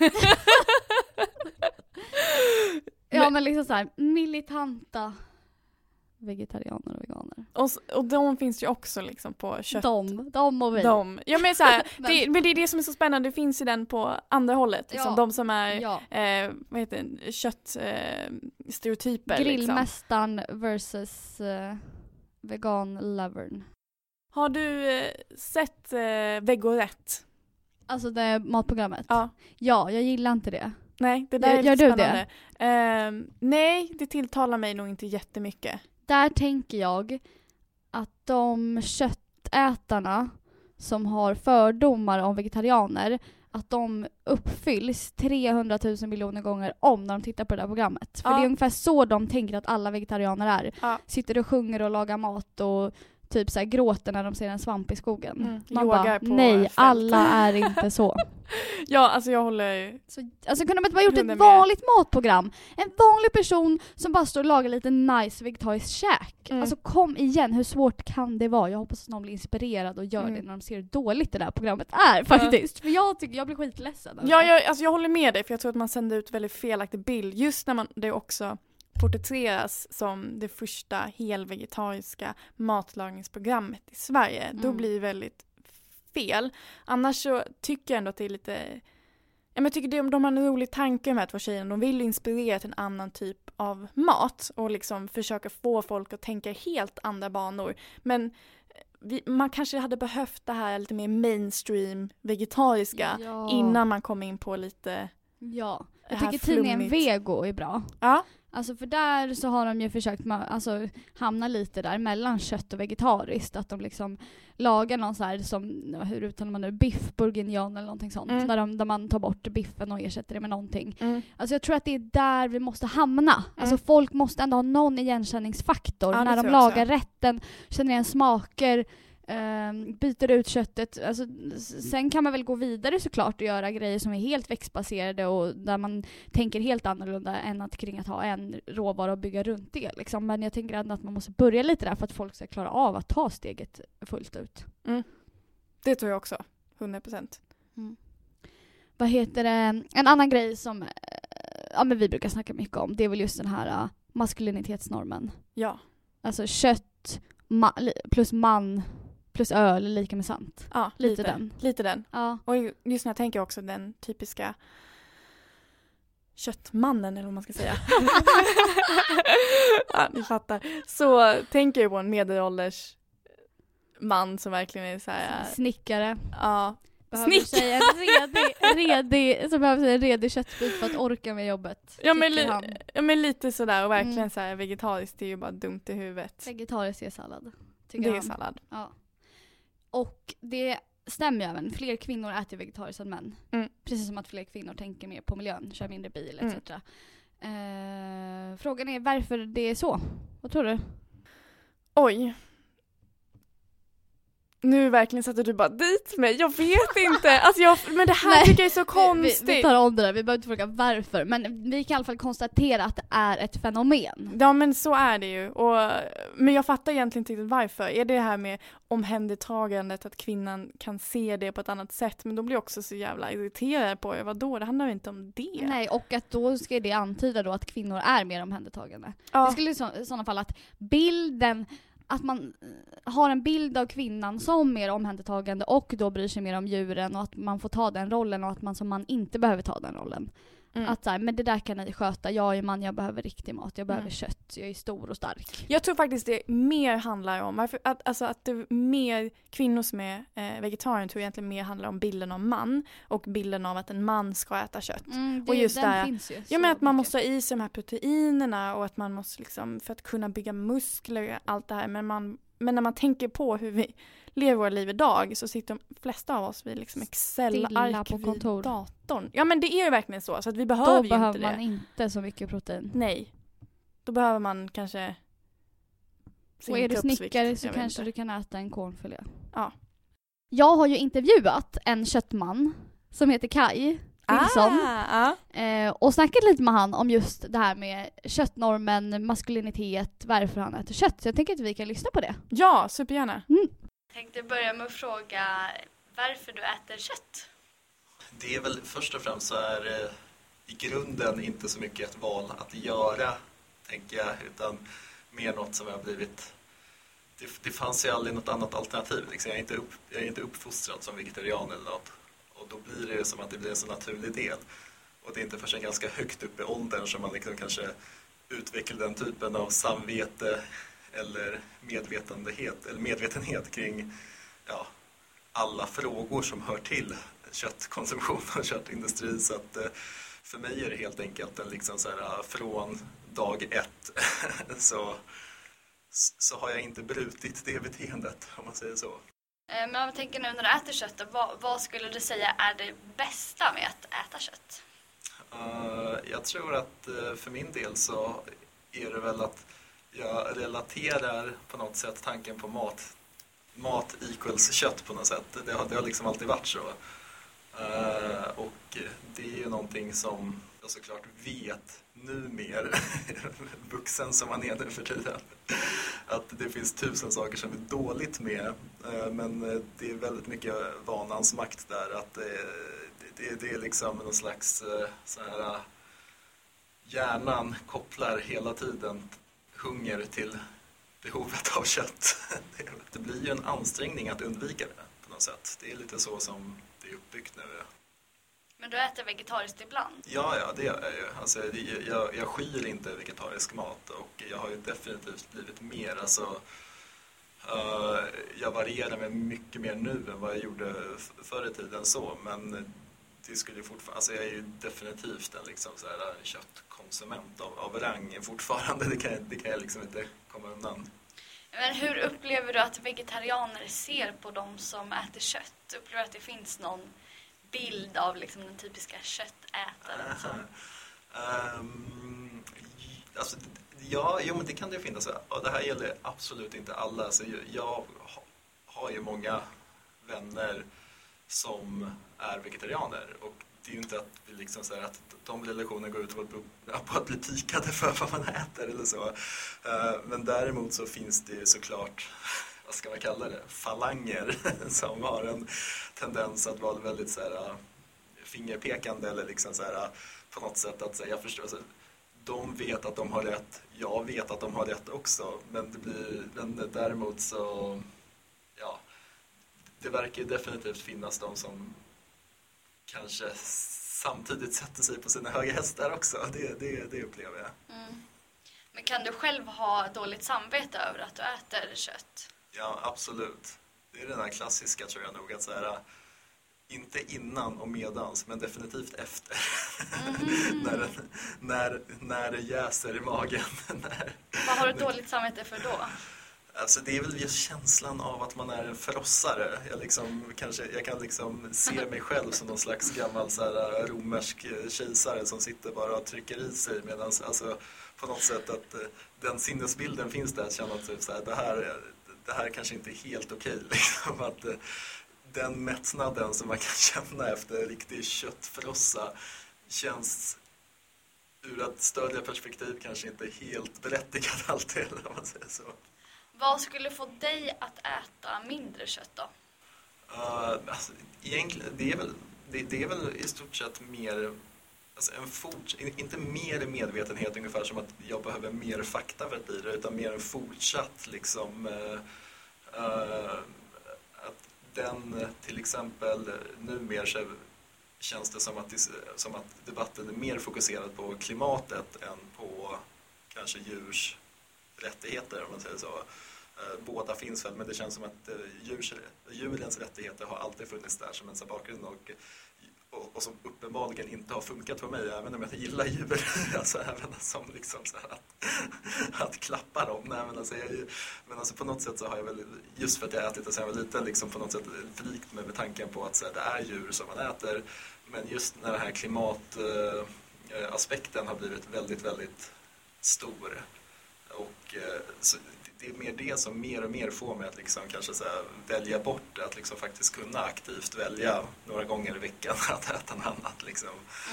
Ja, men liksom så här militanta vegetarianer och veganer. Och de finns ju också liksom på kött. De och vi. Ja, men så här, men det är det som är så spännande. Det finns ju den på andra hållet. Liksom. Ja. De som är vad heter det? Köttstereotyper. Grillmästaren versus vegan-lovern. Har du sett Vegorätt? Alltså det matprogrammet? Ja. Ja, jag gillar inte det. Nej, det där är lite gör spännande. Du det? Nej, det tilltalar mig nog inte jättemycket. Där tänker jag att de köttätarna som har fördomar om vegetarianer, att de uppfylls 300 000 miljoner gånger om när de tittar på det här programmet. För det är ungefär så de tänker att alla vegetarianer är. Ja. Sitter och sjunger och lagar mat och typ så här gråter när de ser en svamp i skogen. Man bara, nej, fält. Alla är inte så. Ja, alltså jag håller... Alltså kunde man inte bara gjort ett vanligt matprogram? En vanlig person som bara står och lagar lite nice vegetariskt käk. Alltså kom igen, hur svårt kan det vara? Jag hoppas att någon blir inspirerad och gör det när de ser hur dåligt det där programmet är faktiskt. För jag blir skitledsen. Alltså. Jag håller med dig, för jag tror att man sänder ut väldigt felaktig bild. Just när det också porträtteras som det första helvegetariska matlagningsprogrammet i Sverige. Då blir det väldigt fel. Annars så tycker jag ändå att det är lite... Jag tycker de har en rolig tanke med de här två tjejerna. De vill inspirera till en annan typ av mat och liksom försöka få folk att tänka helt andra banor. Men man kanske hade behövt det här lite mer mainstream vegetariska innan man kom in på lite... Ja, jag tycker tidningen Vego är bra. Ja. Alltså för där så har de ju försökt hamna lite där mellan kött och vegetariskt. Att de liksom lagar någon så här som, hur uttalar man nu, biff bourguignon eller någonting sånt. Där man tar bort biffen och ersätter det med någonting. Alltså jag tror att det är där vi måste hamna. Alltså folk måste ändå ha någon igenkänningsfaktor. När de lagar rätten, känner igen smaker, byter ut köttet. Alltså, sen kan man väl gå vidare såklart och göra grejer som är helt växtbaserade och där man tänker helt annorlunda än att ha en råvara och bygga runt det liksom. Men jag tänker ändå att man måste börja lite där för att folk ska klara av att ta steget fullt ut. Det tror jag också, 100%. Vad heter det? En annan grej som men vi brukar snacka mycket om, det är väl just den här maskulinitetsnormen. Ja. Alltså kött plus man plus öl är lika med sant. Ja, lite den. Ja. Och just när jag tänker också den typiska köttmannen, eller vad man ska säga. Ja, ni fattar. Så tänker jag på en medelålders man som verkligen är så här... Snickare. Ja. Behöver säga en redig köttbit för att orka med jobbet. Ja, men lite sådär, och verkligen så här vegetariskt, det är ju bara dumt i huvudet. Vegetariskt är sallad. Det är sallad. Ja. Och det stämmer ju även. Fler kvinnor äter vegetariskt än män. Precis som att fler kvinnor tänker mer på miljön, kör mindre bil, etc. Frågan är varför det är så. Vad tror du? Oj. Nu verkligen satte du bara dit mig. Jag vet inte. Alltså men det här tycker jag är så konstigt. Vi tar om det där. Vi behöver inte fråga varför. Men vi kan i alla fall konstatera att det är ett fenomen. Ja, men så är det ju. Men jag fattar egentligen inte riktigt varför. Är det här med omhändertagandet, att kvinnan kan se det på ett annat sätt? Men då blir jag också så jävla irriterad på det. Vadå? Det handlar inte om det. Nej, och att då ska det antyda då att kvinnor är mer omhändertagande. Ja. Det skulle i sådana fall att bilden... Att man har en bild av kvinnan som mer omhändertagande och då bryr sig mer om djuren och att man får ta den rollen och att man som man inte behöver ta den rollen. Att så här, men det där kan ni sköta. Jag är man, jag behöver riktig mat. Jag behöver kött. Jag är stor och stark. Jag tror faktiskt det mer handlar om att det är mer kvinnor som är vegetarier tror jag egentligen mer handlar om bilden av man och bilden av att en man ska äta kött. Och just där finns ju. Ja, men att man måste ha i sig de här proteinerna och att man måste liksom för att kunna bygga muskler och allt det här. Men när man tänker på hur vi lever våra liv idag så sitter de flesta av oss vid liksom Excel-ark på kontor. vid datorn. Ja, men det är ju verkligen så att vi behöver ju inte det. Då behöver man inte så mycket protein. Nej. Då behöver man kanske och är du snickare så kanske du kan äta en cornfilé. Ja. Jag har ju intervjuat en köttman som heter Kai Nilsson. Och snackat lite med han om just det här med köttnormen, maskulinitet, varför han äter kött. Så jag tänker att vi kan lyssna på det. Ja, supergärna. Jag tänkte börja med att fråga varför du äter kött. Det är väl först och främst så är det i grunden inte så mycket ett val att göra, tänker jag, utan mer något som har blivit... Det fanns ju aldrig något annat alternativ. Liksom. Jag är inte uppfostrad som vegetarian eller något. Och då blir det som att det blir en så naturlig del. Och det är inte förrän ganska högt upp i åldern som man liksom kanske utvecklar den typen av samvete eller medvetenhet kring alla frågor som hör till köttkonsumtion och köttindustri. Så att för mig är det helt enkelt en liksom så här, från dag 1 så har jag inte brutit det beteendet, om man säger så. Men om jag tänker nu när du äter kött, vad skulle du säga är det bästa med att äta kött? Jag tror att för min del så är det väl att jag relaterar på något sätt tanken på mat equals kött på något sätt. Det har liksom alltid varit så. Och det är ju någonting som jag såklart vet numer, vuxen som man är nu för tiden, att det finns 1000 saker som är dåligt med, men det är väldigt mycket vanans makt där, att det är liksom någon slags så här, hjärnan kopplar hela tiden hunger till behovet av kött. Det blir ju en ansträngning att undvika det på något sätt. Det är lite så som det är uppbyggt nu. Men du äter vegetariskt ibland? Ja, det gör jag ju. Alltså, jag skyr inte vegetarisk mat och jag har ju definitivt blivit mer. Alltså, jag varierar med mycket mer nu än vad jag gjorde förr i tiden så. Men det skulle fortfarande, alltså jag är ju definitivt en liksom så här köttkonsument av rang fortfarande. Det kan jag liksom inte komma undan. Men hur upplever du att vegetarianer ser på de som äter kött? Upplever du att det finns någon bild av liksom den typiska köttätaren? Alltså, men det kan det finnas. Och det här gäller absolut inte alla. Alltså, jag har ju många vänner som är vegetarianer och det är ju inte att vi liksom så här, att de relationer går ut på att bli pikade för vad man äter eller så. Men däremot så finns det ju såklart, vad ska man kalla det, falanger som har en tendens att vara väldigt så här, fingerpekande eller liksom så här, på något sätt att säga, jag förstår, alltså, de vet att de har rätt, jag vet att de har rätt också, men däremot så det verkar ju definitivt finnas de som kanske samtidigt sätter sig på sina höga hästar också. Det upplever jag. Men kan du själv ha dåligt samvete över att du äter kött? Ja, absolut. Det är den här klassiska, tror jag nog, att så här, inte innan och medans, men definitivt efter. när det jäser i magen. Vad har du dåligt samvete för då? Alltså det är väl just känslan av att man är en förlossare. Jag kan liksom se mig själv som någon slags gammal så här, romersk kejsare som sitter bara och trycker i sig. Medan alltså, på något sätt att den sinnesbilden finns där, att känna typ så här, det här kanske inte är helt okej. Liksom, att den mättnaden som man kan känna efter en riktig köttfrossa känns ur ett större perspektiv kanske inte helt berättigad alltid, om man säger så. Vad skulle få dig att äta mindre kött då? Alltså, egentligen, det är väl i stort sett mer, alltså inte mer medvetenhet ungefär som att jag behöver mer fakta för att bli det, utan mer en fortsatt liksom, att den till exempel numera så känns det som att debatten är mer fokuserad på klimatet än på kanske djurs rättigheter, om man säger så. Båda finns väl, men det känns som att djurens rättigheter har alltid funnits där som en bakgrund och som uppenbarligen inte har funkat för mig, även om jag gillar djur. Alltså även som liksom så här att klappa dem. Nej, men alltså på något sätt så har jag väl, just för att jag ätit och sen var liten, liksom på något sätt förlikt mig med tanken på att så här, det är djur som man äter. Men just när den här klimataspekten har blivit väldigt, väldigt stor. Och så det är mer det som mer och mer får mig att liksom kanske så här välja bort det, att liksom faktiskt kunna aktivt välja några gånger i veckan att äta något annat liksom.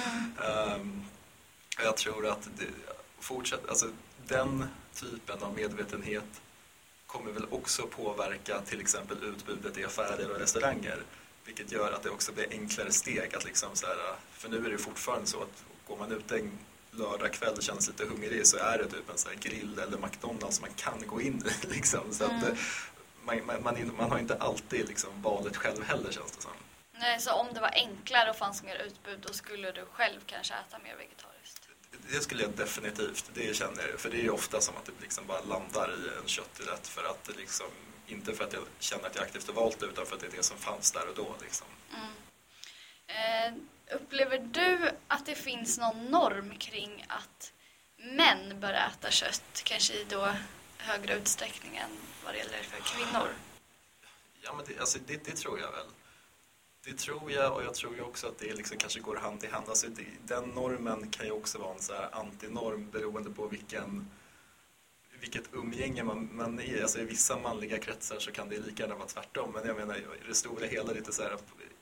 Jag tror att alltså den typen av medvetenhet kommer väl också påverka till exempel utbudet i affärer och restauranger, vilket gör att det också blir enklare steg att liksom så här, för nu är det fortfarande så att går man ut en lördag kväll och känns lite hungrig så är det typ en så här grill eller McDonald's man kan gå in i liksom. Så att man har inte alltid liksom valet själv heller, känns det som. Nej, så om det var enklare och fanns mer utbud, då skulle du själv kanske äta mer vegetariskt? Det skulle jag definitivt, det känner jag. För det är ju ofta som att det liksom bara landar i en kötträtt för att det liksom, inte för att jag känner att jag aktivt har valt det, utan för att det är det som fanns där och då liksom. Upplever du att det finns någon norm kring att män bör äta kött, kanske i då högre utsträckning än vad det gäller för kvinnor? Ja, men det tror jag väl. Det tror jag, och jag tror ju också att det liksom kanske går hand i hand. Alltså den normen kan ju också vara en så här antinorm beroende på vilket umgänge man är. Alltså i vissa manliga kretsar så kan det lika gärna vara tvärtom. Men jag menar, i det stora hela lite så här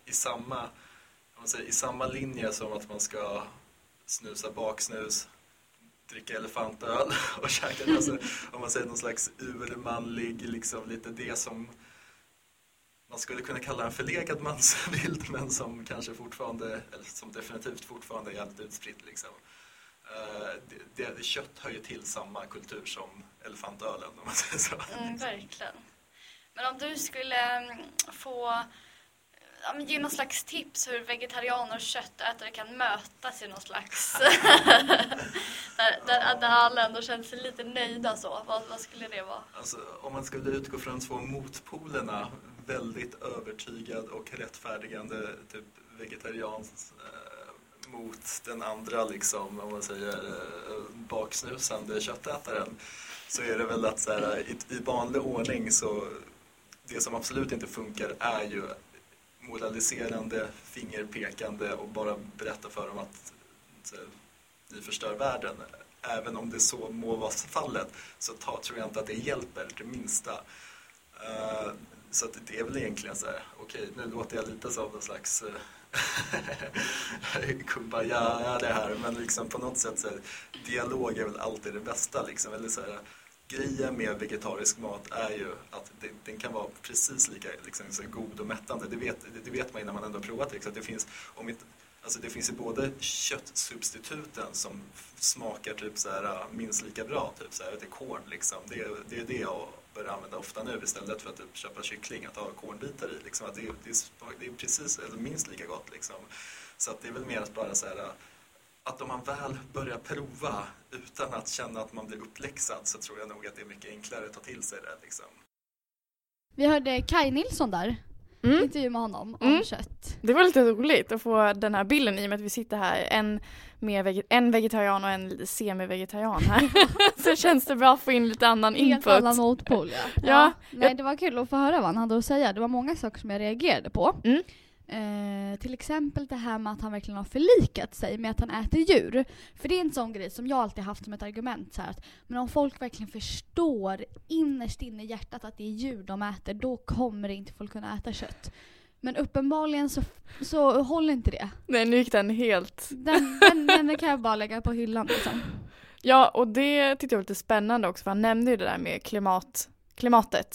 i samma linje som att man ska snusa baksnus, dricka elefantöl och käka, alltså, om man säger någon slags urmanlig, liksom lite det som man skulle kunna kalla en förlegad mansbild, men som kanske fortfarande, eller som definitivt fortfarande är jävligt utspritt liksom. Kött hör ju till samma kultur som elefantölen, om man säger så. Verkligen. Men om du skulle få ge någon slags tips hur vegetarianer och köttätare kan mötas i någon slags där alla ändå känner sig lite nöjda så. Vad skulle det vara? Alltså, om man skulle utgå från två motpolerna, väldigt övertygad och rättfärdigande typ vegetarians mot den andra liksom, om man säger baksnusande köttätaren, så är det väl att så här, i vanlig ordning så det som absolut inte funkar är ju moraliserande, fingerpekande och bara berätta för dem att ni förstör världen. Även om det så må vara fallet så tror jag inte att det hjälper det minsta. Så att det är väl egentligen så här, okej, nu låter jag lite som någon slags kumbaya det här, men liksom på något sätt så här, dialog är väl alltid det bästa liksom, eller så här, grejen med vegetarisk mat är ju att den kan vara precis lika liksom, så god och mättande. Det vet man innan man ändå har provat det. Så att det finns, det finns ju både köttsubstituten som smakar typ så här, minst lika bra, typ så här, det är korn liksom. Det är det jag börjar använda ofta nu istället för att typ köpa kyckling, att ha kornbitar i liksom, att det är precis eller minst lika gott liksom. Så att det är väl mer att bara så här, att om man väl börjar prova utan att känna att man blir uppläxad, så tror jag nog att det är mycket enklare att ta till sig det liksom. Vi hörde Kaj Nilsson där. Intervju med honom om kött. Det var lite roligt att få den här bilden i och med att vi sitter här. En vegetarian och en semi-vegetarian här. Så känns det bra att få in lite annan input. Helt annan motpol, ja. Nej, det var kul att få höra vad han hade att säga. Det var många saker som jag reagerade på. Till exempel det här med att han verkligen har förlikat sig med att han äter djur. För det är en sån grej som jag alltid haft som ett argument så här, att men om folk verkligen förstår innerst inne i hjärtat att det är djur de äter, då kommer det inte folk kunna äta kött. Men uppenbarligen så håller inte det. Nej, nu gick den helt... Den kan jag bara lägga på hyllan liksom. Ja, och det tyckte jag var lite spännande också, för han nämnde ju det där med klimatet.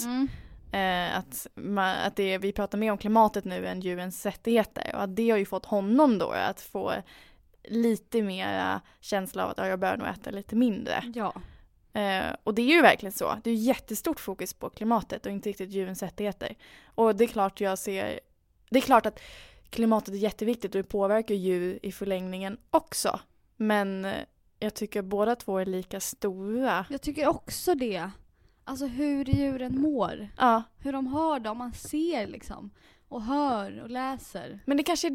Att vi pratar mer om klimatet nu än djurens rättigheter, och att det har ju fått honom då att få lite mer känsla av att jag bör nog äta lite mindre. Ja. Och det är ju verkligen så. Det är jättestort fokus på klimatet och inte riktigt djurens rättigheter. Och det är klart att klimatet är jätteviktigt och det påverkar djur i förlängningen också. Men jag tycker båda två är lika stora. Jag tycker också det. Alltså hur djuren mår. Ja. Hur de har det, om man ser liksom. Och hör och läser. Men det kanske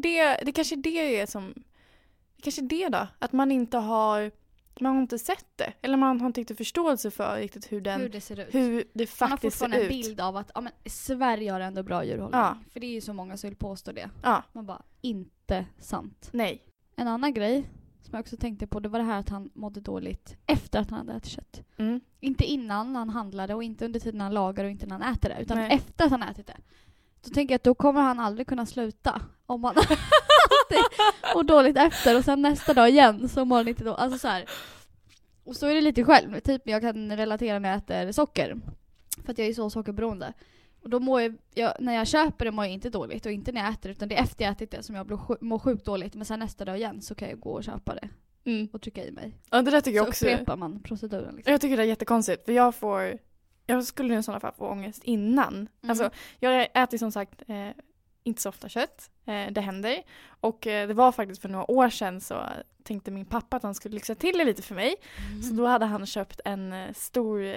är det då. Att man har inte sett det. Eller man har inte riktigt förståelse för riktigt hur det ser ut. Hur det faktiskt ser ut. Man har fortfarande en bild av att Sverige har ändå bra djurhållning. Ja. För det är ju så många som vill påstå det. Ja. Man bara, inte sant. Nej. En annan grej som jag också tänkte på, det var det här att han mådde dåligt efter att han hade ätit kött. Mm. Inte innan han handlade och inte under tiden han lagar och inte när han äter det. Utan Nej. efter att han ätit det. Då tänker jag att då kommer han aldrig kunna sluta. Om han alltid mår dåligt efter och sen nästa dag igen så mår han inte då. Alltså så här. Och så är det lite själv. Typ jag kan relatera när jag äter socker. För att jag är så sockerberoende. Och då mår jag, när jag köper det mår jag inte dåligt. Och inte när jag äter det, utan det är efter jag ätit det som jag mår sjukt dåligt. Men sen nästa dag igen så kan jag gå och köpa det. Och trycka i mig. Ja, det där tycker jag också. Så upprepar man proceduren. Liksom. Jag tycker det är jättekonstigt. För jag skulle i sådana fall få ångest innan. Alltså, jag äter som sagt inte så ofta kött. Det händer. Och det var faktiskt för några år sedan så tänkte min pappa att han skulle lyxa till det lite för mig. Så då hade han köpt en stor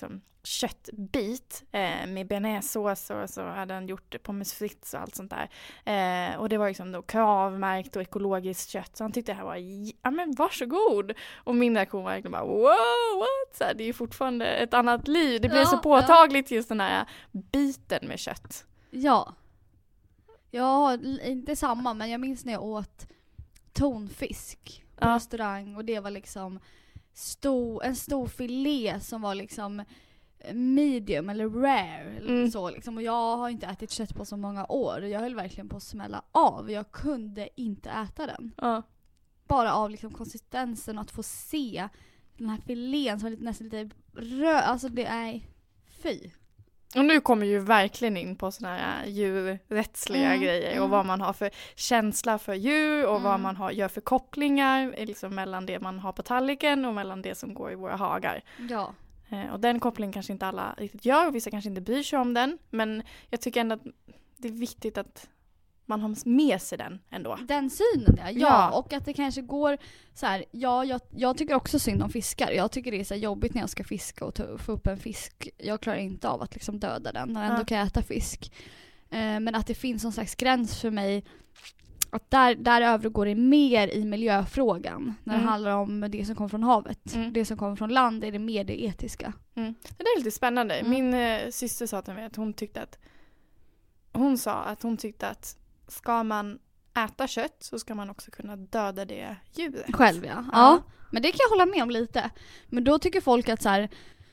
köttbit med bearnaisesås och så hade han gjort pommes frites och allt sånt där. Och det var liksom då kravmärkt och ekologiskt kött. Så han tyckte det här var, ja men varsågod. Och min reaktion var verkligen bara, wow, what? Så här, det är ju fortfarande ett annat liv. Det blir så påtagligt just den här biten med kött. Ja. Ja, inte samma, men jag minns när jag åt tonfisk på restaurang och det var liksom en stor filé som var liksom medium eller rare eller så liksom. Och jag har inte ätit kött på så många år och jag höll verkligen på att smälla av. Jag kunde inte äta den. Bara av liksom konsistensen och att få se den här filén som var nästan lite röd. Alltså det är fy. Och nu kommer ju verkligen in på såna här djurrättsliga grejer och vad man har för känsla för djur och vad man gör för kopplingar liksom mellan det man har på tallriken och mellan det som går i våra hagar. Ja. Och den kopplingen kanske inte alla riktigt gör och vissa kanske inte bryr sig om den. Men jag tycker ändå att det är viktigt att man har med sig den ändå. Den synen, ja. Och att det kanske går så här, jag tycker också synd om fiskar. Jag tycker det är så jobbigt när jag ska fiska och få upp en fisk. Jag klarar inte av att liksom döda den när jag ändå kan äta fisk. Men att det finns någon slags gräns för mig att där övergår det mer i miljöfrågan. När det handlar om det som kommer från havet. Det som kommer från land är det mer det etiska. Det är lite spännande. Min syster sa till mig att hon tyckte att ska man äta kött så ska man också kunna döda det djuret. Själv, ja. Men det kan jag hålla med om lite. Men då tycker folk att så här,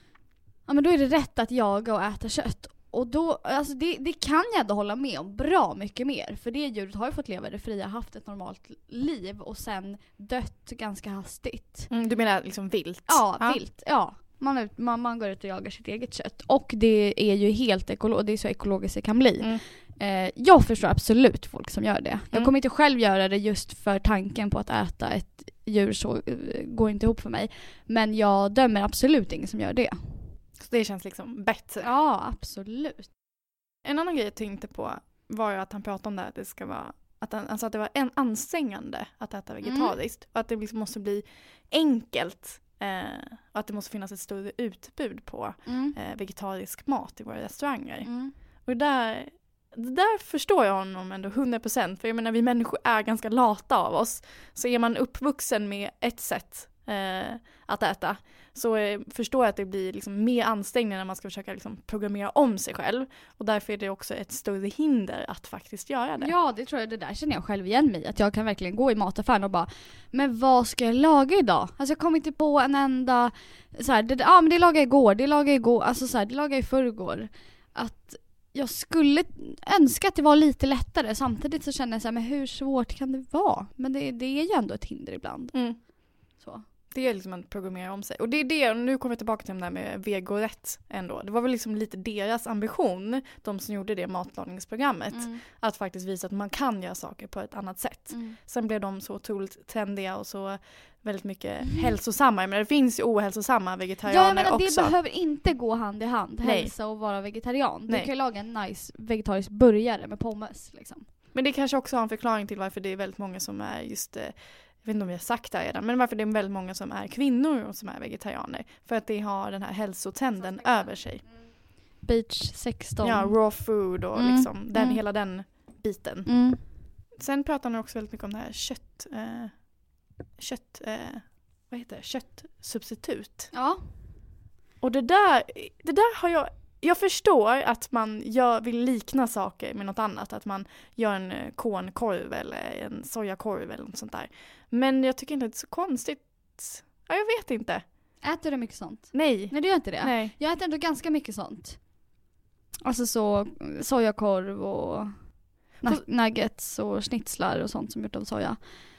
ja men då är det rätt att jaga och äta kött. Och då, alltså det kan jag ändå hålla med om bra mycket mer. För det djuret har ju fått leva det fria, haft ett normalt liv och sen dött ganska hastigt. Du menar liksom vilt? Ja, vilt, ja. Man går ut och jagar sitt eget kött. Och det är ju helt det är så ekologiskt det kan bli. Jag förstår absolut folk som gör det. Jag kommer inte själv göra det just för tanken på att äta ett djur så går inte ihop för mig. Men jag dömer absolut ingen som gör det. Så det känns liksom bättre? Ja, absolut. En annan grej jag tänkte på var ju att han pratade om det att det ska vara att det var ansträngande att äta vegetariskt. Och att det liksom måste bli enkelt. Och att det måste finnas ett större utbud på vegetarisk mat i våra restauranger. Och det där förstår jag honom ändå 100%. För jag menar, vi människor är ganska lata av oss. Så är man uppvuxen med ett sätt att äta så förstår jag att det blir liksom mer ansträngande när man ska försöka liksom programmera om sig själv. Och därför är det också ett större hinder att faktiskt göra det. Ja, det tror jag. Det där känner jag själv igen mig. Att jag kan verkligen gå i mataffären och bara, men vad ska jag laga idag? Alltså jag kommer inte på en enda så här, men det lagade jag igår. Alltså så här, det lagade jag i förrgår. Att jag skulle önska att det var lite lättare. Samtidigt så känner jag så här, men hur svårt kan det vara? Men det är ju ändå ett hinder ibland. Så. Det är liksom att programmera om sig. Och det är det, och nu kommer jag tillbaka till det där med vegorätt ändå. Det var väl liksom lite deras ambition, de som gjorde det matlagningsprogrammet, att faktiskt visa att man kan göra saker på ett annat sätt. Sen blev de så otroligt trendiga och så väldigt mycket hälsosamma. Men det finns ju ohälsosamma vegetarianer också. Det behöver inte gå hand i hand, hälsa och vara vegetarian. Du kan ju laga en nice vegetarisk burgare med pommes liksom. Men det kanske också har en förklaring till varför det är väldigt många som är just, jag vet inte om jag har sagt det redan, men varför det är väldigt många som är kvinnor och som är vegetarianer. För att det har den här hälsotrenden över sig. Beach 16. Ja, raw food och liksom hela den biten. Sen pratar man också väldigt mycket om det här köttsubstitut. Ja. Och det där har jag förstår att man vill likna saker med något annat. Att man gör en kornkorv eller en sojakorv eller något sånt där. Men jag tycker inte att det är så konstigt. Ja, jag vet inte. Äter du mycket sånt? Nej. Nej, du gör inte det? Nej. Jag äter ändå ganska mycket sånt. Alltså så sojakorv och nuggets och schnitzlar och sånt som gjort av soja.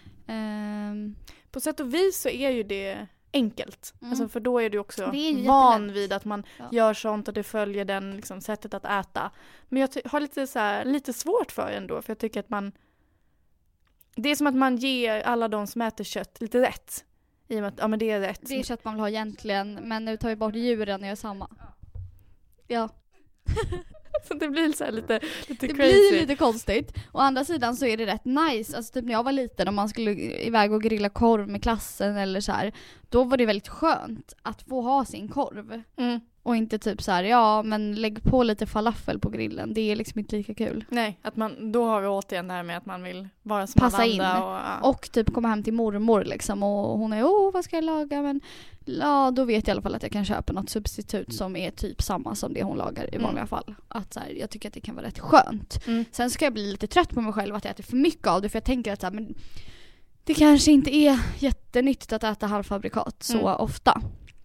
På sätt och vis så är ju det enkelt. Alltså för då är du också van vid att man gör sånt och det följer den liksom, sättet att äta. Men jag har lite svårt för det ändå. För jag tycker att det är som att man ger alla de som äter kött lite rätt. I och med att men det är rätt. Det är kött man vill ha egentligen. Men nu tar vi bort djuren och gör samma. Ja. Så det blir så här lite det crazy. Blir lite konstigt. Å andra sidan så är det rätt nice. Alltså typ när jag var liten och man skulle iväg och grilla korv med klassen eller så här, då var det väldigt skönt att få ha sin korv. Och inte typ så här, men lägg på lite falafel på grillen. Det är liksom inte lika kul. Nej, att då har vi återigen det här med att man vill vara som passa in. Och, och typ komma hem till mormor liksom och hon är, vad ska jag laga? Men då vet jag i alla fall att jag kan köpa något substitut som är typ samma som det hon lagar i vanliga fall. Att så här, jag tycker att det kan vara rätt skönt. Sen ska jag bli lite trött på mig själv att jag äter för mycket av det, för jag tänker att så här, men det kanske inte är jättenyttigt att äta halvfabrikat så ofta.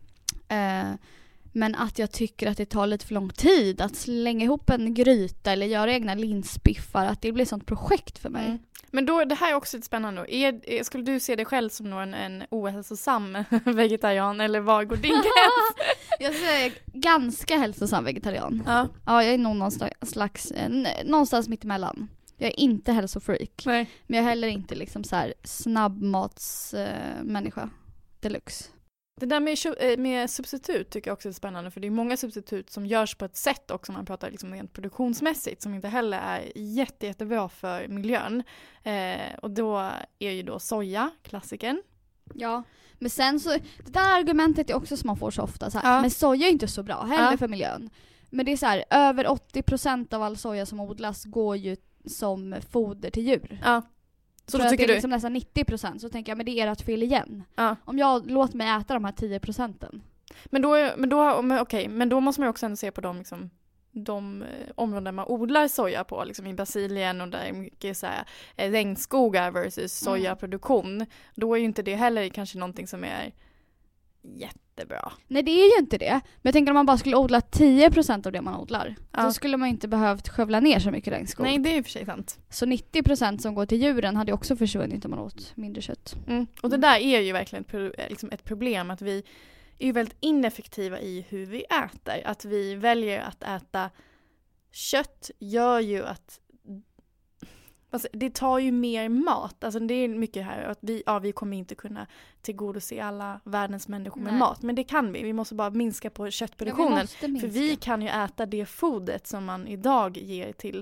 Men att jag tycker att det tar lite för lång tid att slänga ihop en gryta eller göra egna linsbiffar, att det blir ett sånt projekt för mig. Men då, det här är också lite spännande. Skulle du se dig själv som en ohälsosam vegetarian, eller var går din gräns? Jag säger ganska hälsosam vegetarian. Ja, jag är nog någonstans mitt emellan. Jag är inte hälsofreak. Nej. Men jag är heller inte liksom så här snabbmatsmänniska deluxe. Det där med substitut tycker jag också är spännande, för det är många substitut som görs på ett sätt också, man pratar liksom rent produktionsmässigt, som inte heller är jättebra för miljön. Och då är ju då soja klassiken. Ja, men sen så, det där argumentet är också som man får så ofta så här, men soja är inte så bra heller för miljön. Men det är så här, över 80% av all soja som odlas går ju som foder till djur. Ja. Så då tycker det är liksom nästan 90%, så tänker jag, men det är ert fel igen. Ja. Om jag låter mig äta de här 10%. Men då måste man ju också ändå se på de områden man odlar soja på, liksom i Brasilien, och där är mycket så här, regnskogar versus sojaproduktion. Då är ju inte det heller kanske någonting som är jättebra. Nej, det är ju inte det. Men jag tänker om man bara skulle odla 10% av det man odlar, så skulle man inte behövt skövla ner så mycket regnskog. Nej, det är ju för sig sant. Så 90% som går till djuren hade också försvunnit om man åt mindre kött. Och det där är ju verkligen ett problem, att vi är ju väldigt ineffektiva i hur vi äter. Att vi väljer att äta kött gör ju att det tar ju mer mat. Alltså det är mycket här att vi kommer inte kunna tillgodose alla världens människor med mat. Men det kan vi. Vi måste bara minska på köttproduktionen. För vi kan ju äta det fodret som man idag ger till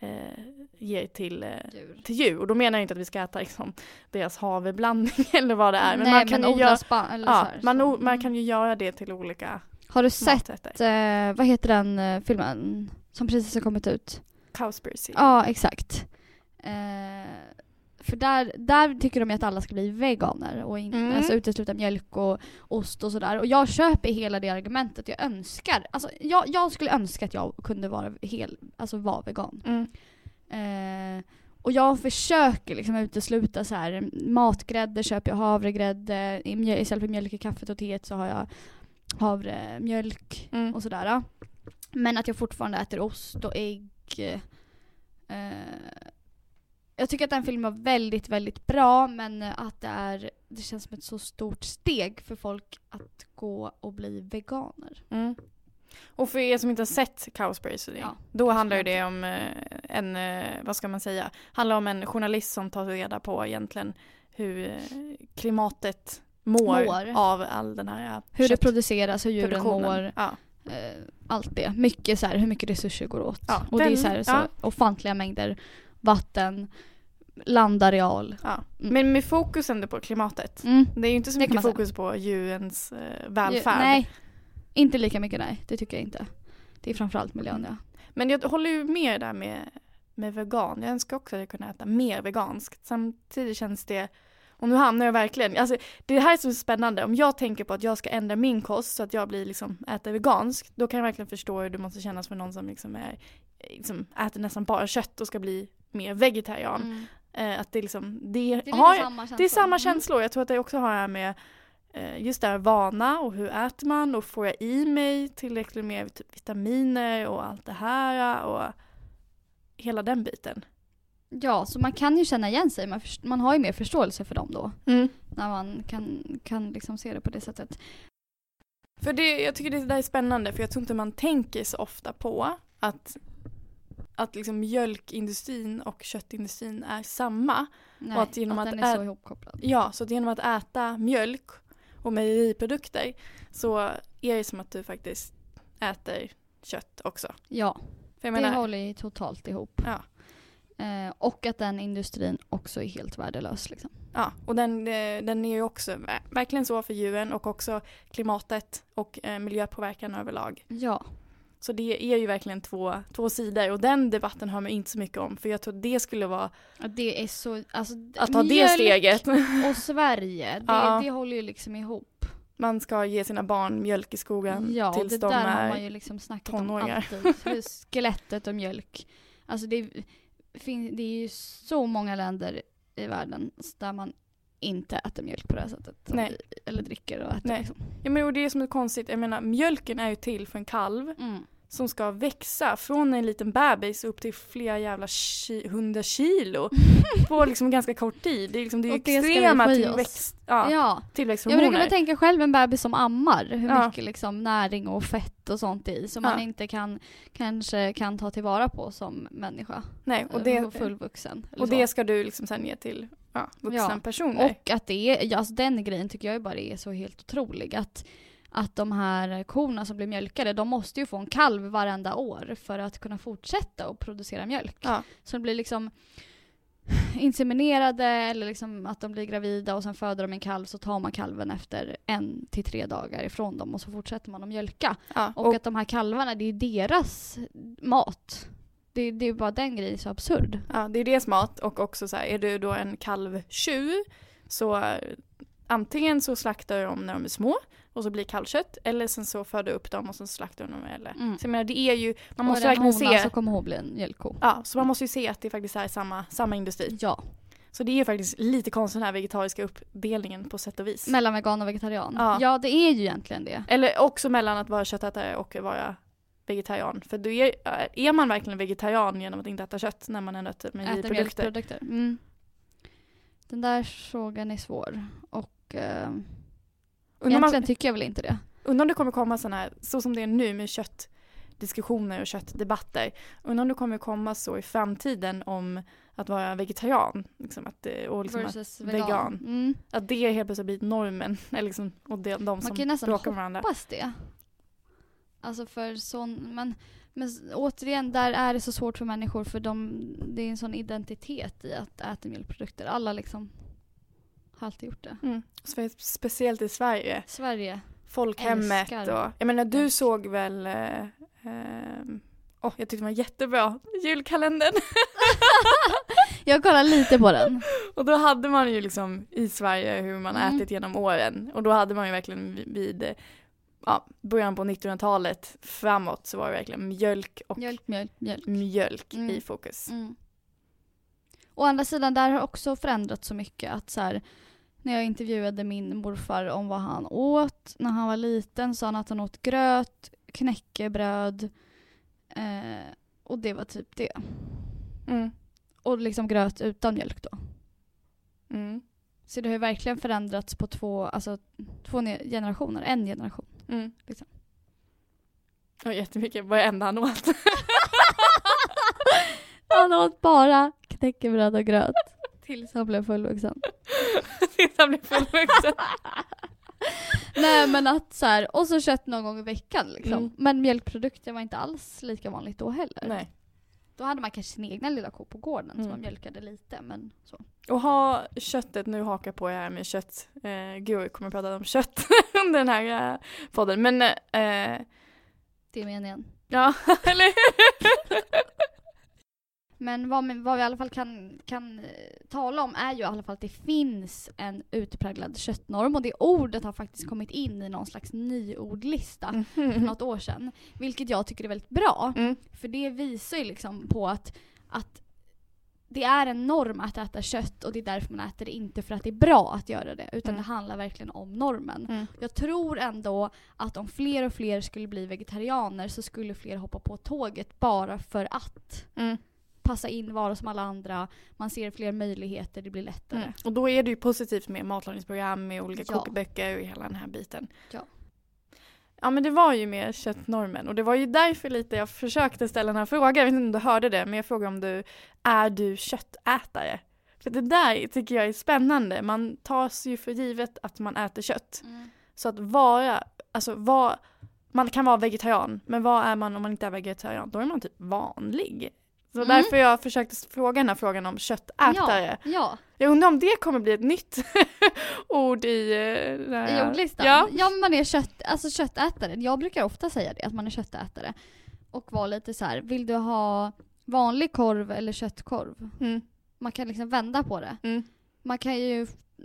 djur. Och då menar jag inte att vi ska äta liksom deras havreblandning eller vad det är. Men man kan man kan ju göra det till olika. Har du sett, vad heter den filmen som precis har kommit ut? Cowspiracy. Ja, exakt. För där tycker de att alla ska bli veganer och alltså utesluta mjölk och ost och sådär. Och jag köper hela det argumentet. Jag önskar, alltså jag skulle önska att jag kunde vara vara vegan. Och jag försöker liksom utesluta så här matgrädde, köper jag havregrädde, istället för mjölk i kaffet och teet så har jag havremjölk och sådär. Men att jag fortfarande äter ost och ägg. Jag tycker att den filmen var väldigt, väldigt bra, men att det känns som ett så stort steg för folk att gå och bli veganer. Och för er som inte har sett Cowspiracy, då handlar ju det om handlar om en journalist som tar reda på egentligen hur klimatet mår av all den här hur det produceras, hur djuren mår. Ja. Allt det. Mycket så här, hur mycket resurser går åt. Ja, och det är så ofantliga mängder. vatten, landareal. Ja. Men med fokus ändå på klimatet. Det är ju inte så mycket fokus på djurens välfärd. Nej, inte lika mycket, nej. Det tycker jag inte. Det är framförallt miljön, ja. Men jag håller ju med där med vegan. Jag önskar också att jag kunde äta mer veganskt. Samtidigt känns det, och nu hamnar jag verkligen, alltså det här är så spännande. Om jag tänker på att jag ska ändra min kost så att jag blir liksom äter veganskt, då kan jag verkligen förstå hur det måste kännas för någon som liksom äter nästan bara kött och ska bli mer vegetarian. Att det liksom, det är samma känslor. Jag tror att det också har det här med just det här vana och hur äter man och får jag i mig tillräckligt med typ vitaminer och allt det här och hela den biten. Ja, så man kan ju känna igen sig. Man har ju mer förståelse för dem då. När man kan liksom se det på det sättet. För jag tycker det där är spännande, för jag tror inte man tänker så ofta på att liksom mjölkindustrin och köttindustrin är samma. Nej, och att genom att den är så ihopkopplad. Ja, så att genom att äta mjölk och mejeriprodukter så är det som att du faktiskt äter kött också. Ja, för jag det menar, håller ju totalt ihop. Ja. Och att den industrin också är helt värdelös. Liksom. Ja, och den är ju också verkligen så för djuren och också klimatet och miljöpåverkan överlag. Ja. Så det är ju verkligen två sidor och den debatten har man inte så mycket om, för jag tror det skulle vara det är så, alltså, att ta det steget. Och Sverige, det håller ju liksom ihop. Man ska ge sina barn mjölk i skogen tills de är tonåringar. Ja, det där har man ju liksom snackat om alltid. Skelettet och mjölk. Alltså det är ju så många länder i världen där man inte äter mjölk på det här sättet. Nej. Eller dricker och äter. Liksom. Ja, men och det är som är konstigt. Jag menar, mjölken är ju till för en kalv som ska växa från en liten bebis upp till flera jävla 100 kilo på liksom ganska kort tid. Det är liksom extrema tillväxthormoner. Jag brukar tänka själv en bebis som ammar. Hur mycket liksom näring och fett och sånt i som man inte kanske kan ta tillvara på som människa. Nej, och det fullvuxen. Och det ska du liksom sen ge till vuxna personer. Och att alltså den grejen tycker jag ju bara är så helt otrolig. Att de här korna som blir mjölkade, de måste ju få en kalv varenda år för att kunna fortsätta och producera mjölk. Ja. Så de blir liksom inseminerade eller liksom att de blir gravida och sen föder de en kalv, så tar man kalven efter 1 till 3 dagar ifrån dem och så fortsätter man att mjölka. Ja, och att de här kalvarna, det är deras mat. Det är bara den grejen så absurd. Ja, det är deras mat, och också så här, är du då en kalvtjuv så antingen så slaktar de när de är små och så blir kalvkött, eller sen så föder upp dem och sen slaktar de dem. Eller. Så jag menar, det är ju, man måste verkligen se, så kommer hon bli en mjölkko. Ja, så man måste ju se att det faktiskt är samma industri. Ja. Så det är ju faktiskt lite konstigt den här vegetariska uppdelningen på sätt och vis. Mellan vegan och vegetarian. Ja, det är ju egentligen det. Eller också mellan att vara köttätare och vara vegetarian. För då är man verkligen vegetarian genom att inte äta kött när man äter mejeriprodukter. Den där frågan är svår. Och egentligen tycker jag väl inte det. Undrar om det kommer komma sådana här, så som det är nu med köttdiskussioner och köttdebatter. Undrar om det kommer komma så i framtiden om att vara vegetarian. Liksom och liksom versus vegan. Att det helt plötsligt blir normen. Eller liksom, och de som man kan nästan hoppas det. Alltså för men återigen, där är det så svårt för människor, för det är en sån identitet i att äta mjölkprodukter. Alla liksom har alltid gjort det. Speciellt i Sverige. Folkhemmet. Och, jag menar, du såg väl jag tyckte det var jättebra julkalendern. Jag kollade lite på den. Och då hade man ju liksom i Sverige hur man ätit genom åren. Och då hade man ju verkligen vid början på 1900-talet framåt så var det verkligen mjölk i fokus. Å andra sidan, där har också förändrats så mycket att så här, när jag intervjuade min morfar om vad han åt när han var liten, sa han att han åt gröt, knäckebröd och det var typ det. Och liksom gröt utan mjölk då. Så det har ju verkligen förändrats på två generationer, en generation. Liksom. Och jättemycket, varenda han åt. Han åt bara knäckebröd och gröt tills han blev fullvuxen. Nej, men att så här, och så kött någon gång i veckan liksom. Men mjölkprodukter var inte alls lika vanligt då heller. Nej. Då hade man kanske sin egna lilla ko på gården som man mjölkade lite, men så. Och ha köttet, nu hakar på det här med kött. Gud, jag kommer att prata om kött under den här podden. Men det är meningen. ja, eller Men vad vi i alla fall kan tala om är ju i alla fall att det finns en utpräglad köttnorm, och det ordet har faktiskt kommit in i någon slags nyordlista för något år sedan. Vilket jag tycker är väldigt bra. För det visar ju liksom på att det är en norm att äta kött, och det är därför man äter det, inte för att det är bra att göra det, utan det handlar verkligen om normen. Jag tror ändå att om fler och fler skulle bli vegetarianer så skulle fler hoppa på tåget bara för att passa in, vara som alla andra. Man ser fler möjligheter, det blir lättare. Och då är det ju positivt med matlagningsprogram, med olika kokböcker och hela den här biten. Ja, men det var ju med köttnormen, och det var ju därför lite jag försökte ställa den här frågan. Jag vet inte om du hörde det, men jag frågade om är du köttätare? För det där tycker jag är spännande. Man tar ju för givet att man äter kött. Så att man kan vara vegetarian, men vad är man om man inte är vegetarian? Då är man typ vanlig. Så därför jag försökte fråga den här frågan om köttätare. Ja. Jag undrar om det kommer bli ett nytt ord i ordlistan. Ja, men man är köttätare. Jag brukar ofta säga det, att man är köttätare. Och vara lite så här, vill du ha vanlig korv eller köttkorv? Man kan liksom vända på det. Man kan ju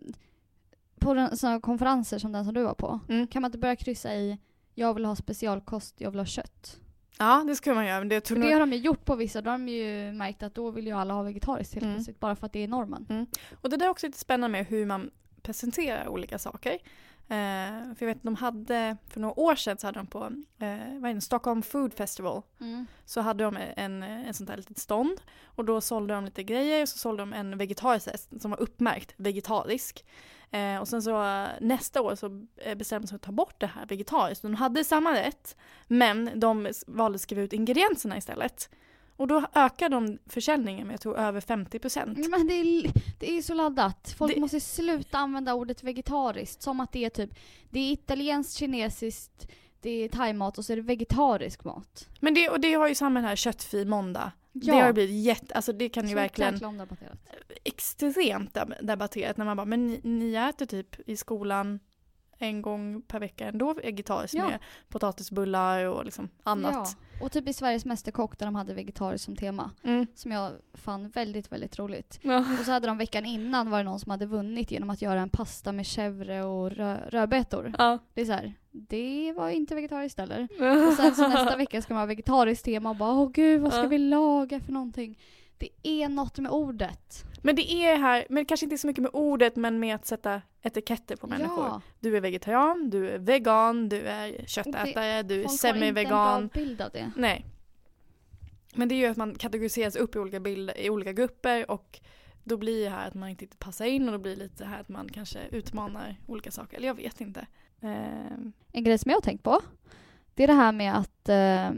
på sådana konferenser som den som du var på, kan man inte börja kryssa i jag vill ha specialkost, jag vill ha kött. Ja, det skulle man göra. Men det har de ju gjort på vissa. Då har de ju märkt att då vill ju alla ha vegetariskt helt plötsligt, bara för att det är normen. Och det där är också lite spännande med hur man presenterar olika saker. För jag vet, de hade för några år sedan så hade de på Stockholm Food Festival. Så hade de en sånt här litet stånd, och då sålde de lite grejer, och så sålde de en vegetarisk häst som var uppmärkt vegetarisk. Och sen så nästa år så bestämde de sig att ta bort det här vegetariskt. De hade samma rätt, men de valde att skriva ut ingredienserna istället. Och då ökar de försäljningen med, jag tror, över 50%. Men det är ju så laddat. Folk måste sluta använda ordet vegetariskt som att det är typ, det är italienskt, kinesiskt, det är thaimat och så är det vegetarisk mat. Men det har ju samma här köttfri måndag. Ja. Det har blivit det kan ju så verkligen extremt debatterat när man bara, men ni äter typ i skolan en gång per vecka ändå vegetariskt med potatisbullar och liksom annat. Ja, och typ i Sveriges Mästerkock där de hade vegetariskt som tema. Som jag fann väldigt, väldigt roligt. Ja. Och så hade de veckan innan var det någon som hade vunnit genom att göra en pasta med chèvre och rödbetor. Ja. Det är så här, det var inte vegetariskt eller. Och sen så nästa vecka ska man ha vegetariskt tema och bara, åh gud, vad ska vi laga för någonting? Det är något med ordet. Men det är här, men kanske inte så mycket med ordet, men med att sätta etiketter på människor. Ja. Du är vegetarian, du är vegan, du är köttätare, du är semi-vegan. Folk har inte en bra bild av det. Nej. Men det är ju att man kategoriseras upp i olika grupper, och då blir det här att man inte passar in, och då blir det lite här att man kanske utmanar olika saker. Eller jag vet inte. En grej som jag har tänkt på, det är det här med att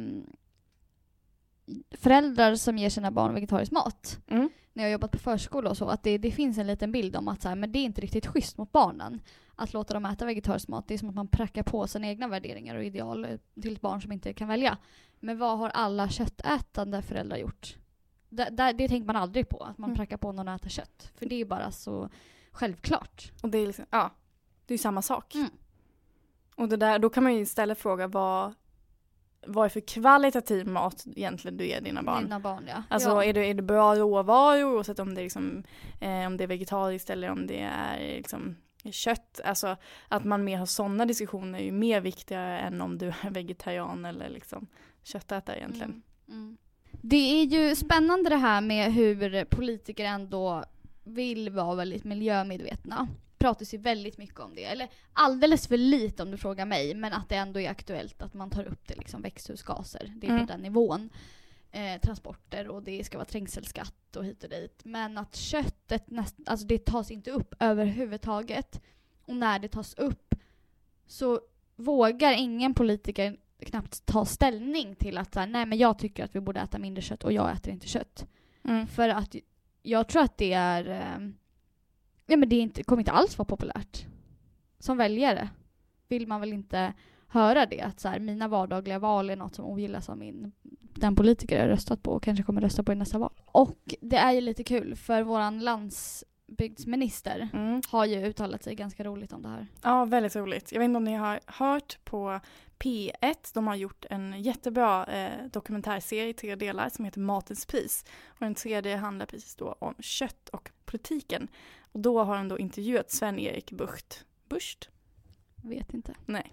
föräldrar som ger sina barn vegetarisk mat. När jag har jobbat på förskola och så, att det finns en liten bild om att så här, men det är inte riktigt schysst mot barnen att låta dem äta vegetarisk mat. Det är som att man prackar på sina egna värderingar och ideal till ett barn som inte kan välja. Men vad har alla köttätande föräldrar gjort? Det tänker man aldrig på, att man prackar på någon att äta kött. För det är bara så självklart. Och det är liksom, det är samma sak. Och det där, då kan man ju istället fråga vad är för kvalitativ mat egentligen du ger dina barn? Dina barn, ja. Alltså är det bra råvaror, oavsett om det är liksom, om det är vegetariskt eller om det är liksom kött. Alltså att man mer har sådana diskussioner är ju mer viktigare än om du är vegetarian eller liksom köttätare egentligen. Det är ju spännande det här med hur politiker ändå vill vara väldigt miljömedvetna. Pratas ju väldigt mycket om det, eller alldeles för lite om du frågar mig, men att det ändå är aktuellt att man tar upp det, liksom växthusgaser, det är på den nivån, transporter, och det ska vara trängselskatt och hit och dit, men att köttet alltså det tas inte upp överhuvudtaget, och när det tas upp så vågar ingen politiker knappt ta ställning till att så här, nej men jag tycker att vi borde äta mindre kött och jag äter inte kött, för att jag tror att det är men det kommer inte alls vara populärt. Som väljare vill man väl inte höra det. Att så här, mina vardagliga val är något som ogillas av min den politiker jag har röstat på och kanske kommer rösta på i nästa val. Och det är ju lite kul för våran landsbygdsminister har ju uttalat sig ganska roligt om det här. Ja, väldigt roligt. Jag vet inte om ni har hört på P1. De har gjort en jättebra dokumentärserie i 3 delar som heter Matens pris. Och den 3:e handlar precis då om kött och politiken. Och då har de då intervjuat Sven-Erik Bucht. Vet inte. Nej.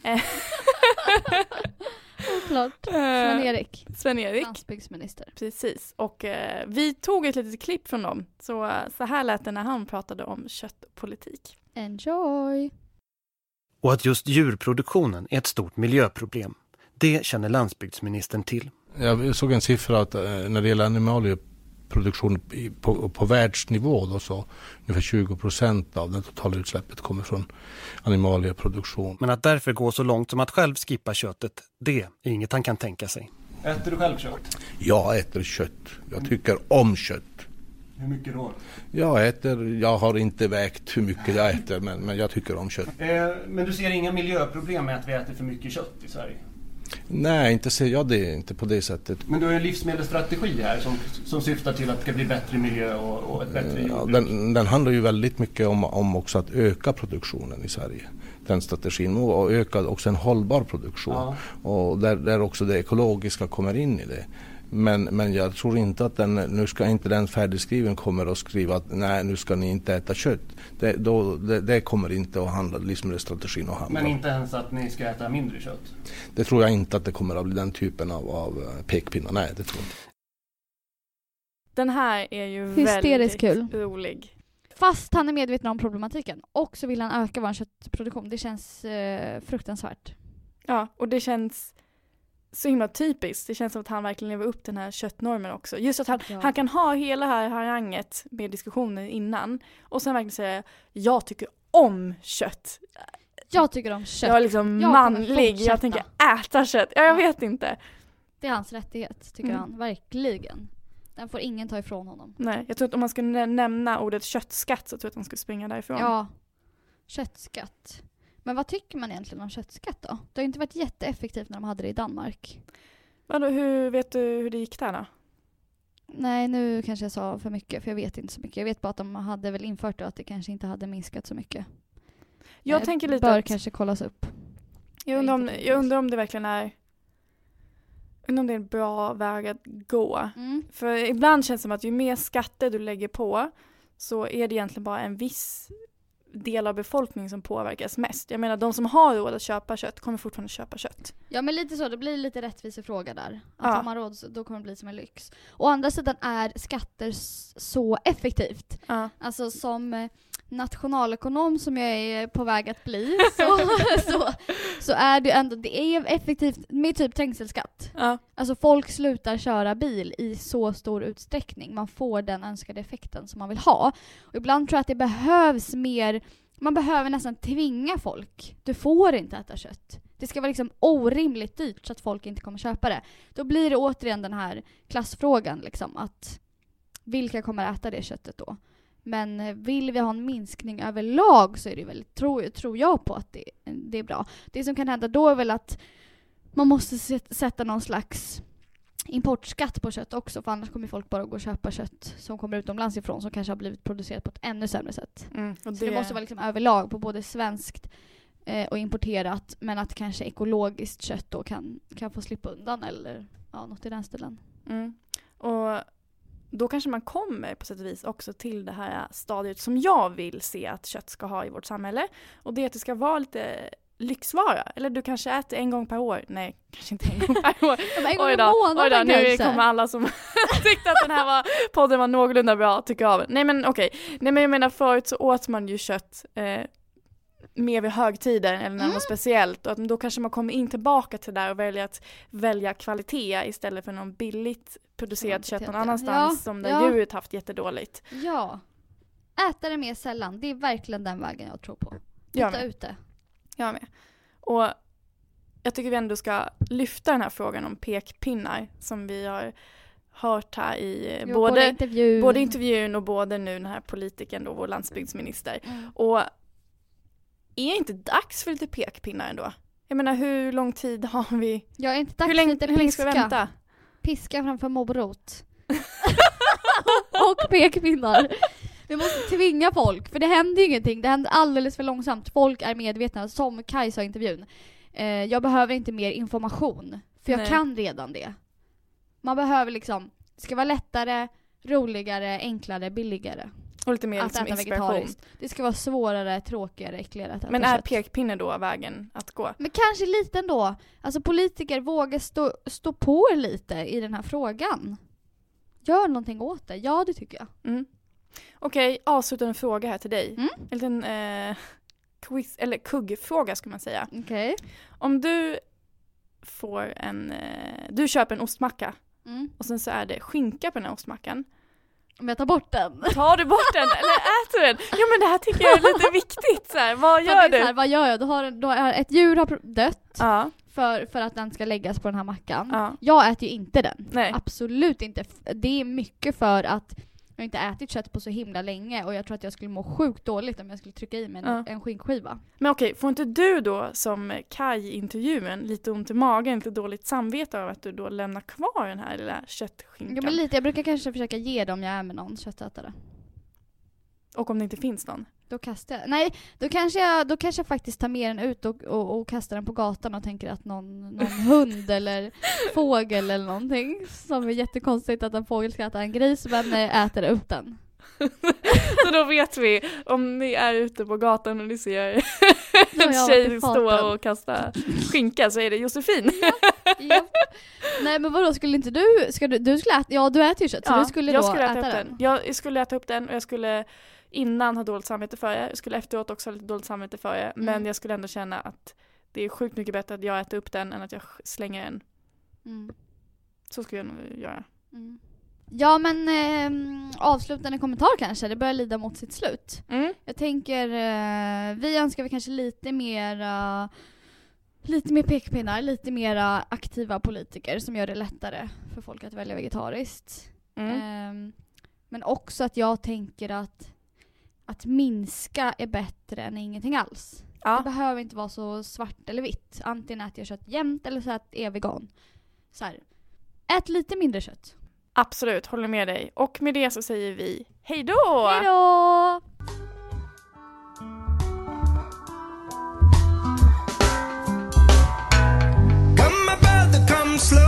Klart. Sven-Erik. Landsbygdsminister. Precis. Och vi tog ett litet klipp från dem. Så här lät det när han pratade om köttpolitik. Enjoy! Och att just djurproduktionen är ett stort miljöproblem. Det känner landsbygdsministern till. Jag såg en siffra att när det gäller animalieproduktion på världsnivå då, så ungefär 20% av det totala utsläppet kommer från animalieproduktion. Men att därför gå så långt som att själv skippa köttet, det är inget han kan tänka sig. Äter du själv kött? Jag äter kött. Jag tycker om kött. Hur mycket då? Jag har inte vägt hur mycket jag äter, men jag tycker om kött. Men du ser inga miljöproblem med att vi äter för mycket kött i Sverige? Nej, inte ser jag det, inte på det sättet. Men du har en livsmedelsstrategi här som syftar till att det ska bli bättre miljö och ett bättre jordbruk. Den handlar ju väldigt mycket om också att öka produktionen i Sverige. Den strategin, och öka också en hållbar produktion. Ja. Och där också det ekologiska kommer in i det. Men jag tror inte att nu ska inte den färdigskriven kommer att skriva att nej, nu ska ni inte äta kött. Det kommer inte att handla livsmedelsstrategin att handla. Men inte ens att ni ska äta mindre kött? Det tror jag inte att det kommer att bli den typen av pekpinnar. Nej, det tror jag inte. Den här är ju hysteriskt väldigt rolig. Fast han är medveten om problematiken och så vill han öka vår köttproduktion. Det känns fruktansvärt. Ja, och det känns så himla typiskt. Det känns som att han verkligen lever upp den här köttnormen också. Just att han kan ha hela det här haranget med diskussioner innan och sen verkligen säga jag tycker om kött. Jag tycker om kött. Jag är liksom manlig. Jag tänker äta kött. Ja, jag vet inte. Det är hans rättighet, tycker han. Verkligen. Den får ingen ta ifrån honom. Nej, jag tror att om man skulle nämna ordet köttskatt så tror jag att han skulle springa därifrån. Ja, köttskatt. Men vad tycker man egentligen om köttskatt då? Det har inte varit jätteeffektivt när de hade det i Danmark. Vadå, vet du hur det gick där då? Nej, nu kanske jag sa för mycket för jag vet inte så mycket. Jag vet bara att de hade väl infört att det kanske inte hade minskat så mycket. Jag tänker lite bör kanske kollas upp. Jag undrar om det verkligen är om det är en bra väg att gå. För ibland känns det som att ju mer skatter du lägger på så är det egentligen bara en viss del av befolkningen som påverkas mest. Jag menar, de som har råd att köpa kött kommer fortfarande köpa kött. Ja, men lite så. Det blir lite rättvisefråga där. Att har man råd så då kommer det bli som en lyx. Å andra sidan är skatter så effektivt. Alltså som nationalekonom som jag är på väg att bli så är det ändå, det är effektivt med typ trängselskatt. Alltså folk slutar köra bil i så stor utsträckning. Man får den önskade effekten som man vill ha. Och ibland tror jag att det behövs mer, man behöver nästan tvinga folk. Du får inte äta kött. Det ska vara liksom orimligt dyrt så att folk inte kommer köpa det. Då blir det återigen den här klassfrågan liksom, att vilka kommer äta det köttet då? Men vill vi ha en minskning överlag så är det väl, tror jag på att det är bra. Det som kan hända då är väl att man måste sätta någon slags importskatt på kött också, för annars kommer folk bara gå och köpa kött som kommer utomlands ifrån som kanske har blivit producerat på ett ännu sämre sätt. Så det måste vara liksom överlag på både svenskt och importerat, men att kanske ekologiskt kött då kan få slippa undan eller något i den stilen. Och då kanske man kommer på sätt och vis också till det här stadiet som jag vill se att kött ska ha i vårt samhälle. Och det är att det ska vara lite lyxvara. Eller du kanske äter en gång per år. Nej, kanske inte en gång per år. En gång i månaden nu kanske. kommer alla som tyckte att den här podden var någorlunda bra tycka av. Nej men okej. Nej men jag menar förut så åt man ju kött mer vid högtider eller något speciellt. Och då kanske man kommer in tillbaka till det där och välja kvalitet istället för någon billigt producerat kött någon annanstans som där djuret haft jättedåligt. Ja. Äta det mer sällan. Det är verkligen den vägen jag tror på. Byta ut det. Jag med. Och jag tycker vi ändå ska lyfta den här frågan om pekpinnar som vi har hört här i både intervjun och både nu den här politikern då, vår landsbygdsminister. Och är inte dags för lite pekpinnar ändå? Jag menar, hur lång tid har vi? Jag är inte dags hur länge ska vi vänta? piska framför morot. Och pekpinnar. Vi måste tvinga folk, för det händer ju ingenting. Det händer alldeles för långsamt. Folk är medvetna, som Kaj sa i intervjun. Jag behöver inte mer information, för jag kan redan det. Man behöver liksom, det ska vara lättare, roligare, enklare, billigare. Och lite mer att liksom äta inspiration. Vegetariskt. Det ska vara svårare, tråkigare, äckligare att äta. Men är kött. pekpinne då vägen att gå? Men kanske lite ändå. Alltså politiker vågar stå på lite i den här frågan. Gör någonting åt det. Ja, det tycker jag. Mm. Okej, avslutande fråga här till dig. En liten quiz, eller kuggfråga ska man säga. Okej. Om du får du köper en ostmacka och sen så är det skinka på den här ostmackan. Om jag tar bort den? Tar du bort den eller äter du den? Ja, men det här tycker jag är lite viktigt. Så här. Vad gör du? Så här, vad gör jag? Då har ett djur har dött Ja. för att den ska läggas på den här mackan. Ja. Jag äter ju inte den. Nej. Absolut inte. Det är mycket för att jag inte ätit kött på så himla länge och jag tror att jag skulle må sjukt dåligt om jag skulle trycka i mig en skinkskiva. Men okej, får inte du då som Kaj i intervjun lite ont i magen, lite dåligt samvete av att du då lämnar kvar den här lilla köttskinkan? Ja, men lite. Jag brukar kanske försöka ge dem jag är med någon köttätare. Och om det inte finns någon? Då kastar jag. Nej, då kanske jag faktiskt tar med den ut och kastar den på gatan och tänker att någon hund eller fågel eller någonting, som är jättekonstigt att en fågel ska äta en gris, men äter upp den. Så då vet vi, om ni är ute på gatan och ni ser en tjej stå och kasta skinka, så är det Josefin. Ja. Nej, men vadå, skulle inte du skulle äta? Ja, du äter ju kött, så du skulle då äta den. Jag skulle äta upp den och jag skulle innan ha dåligt samvete för det. Jag skulle efteråt också ha lite dåligt samvete för det. Men jag skulle ändå känna att det är sjukt mycket bättre att jag äter upp den än att jag slänger den. Så skulle jag nog göra. Ja, men avslutande kommentar kanske. Det börjar lida mot sitt slut. Jag tänker, vi önskar vi kanske lite mer pekpinnar, lite mer aktiva politiker som gör det lättare för folk att välja vegetariskt. Men också att jag tänker att minska är bättre än ingenting alls. Det behöver inte vara så svart eller vitt. Antingen äter jag kött jämt eller så att jag är vegan. Så här, ät lite mindre kött. Absolut, håller med dig. Och med det så säger vi hej då! Hej då! Come my brother, come slow.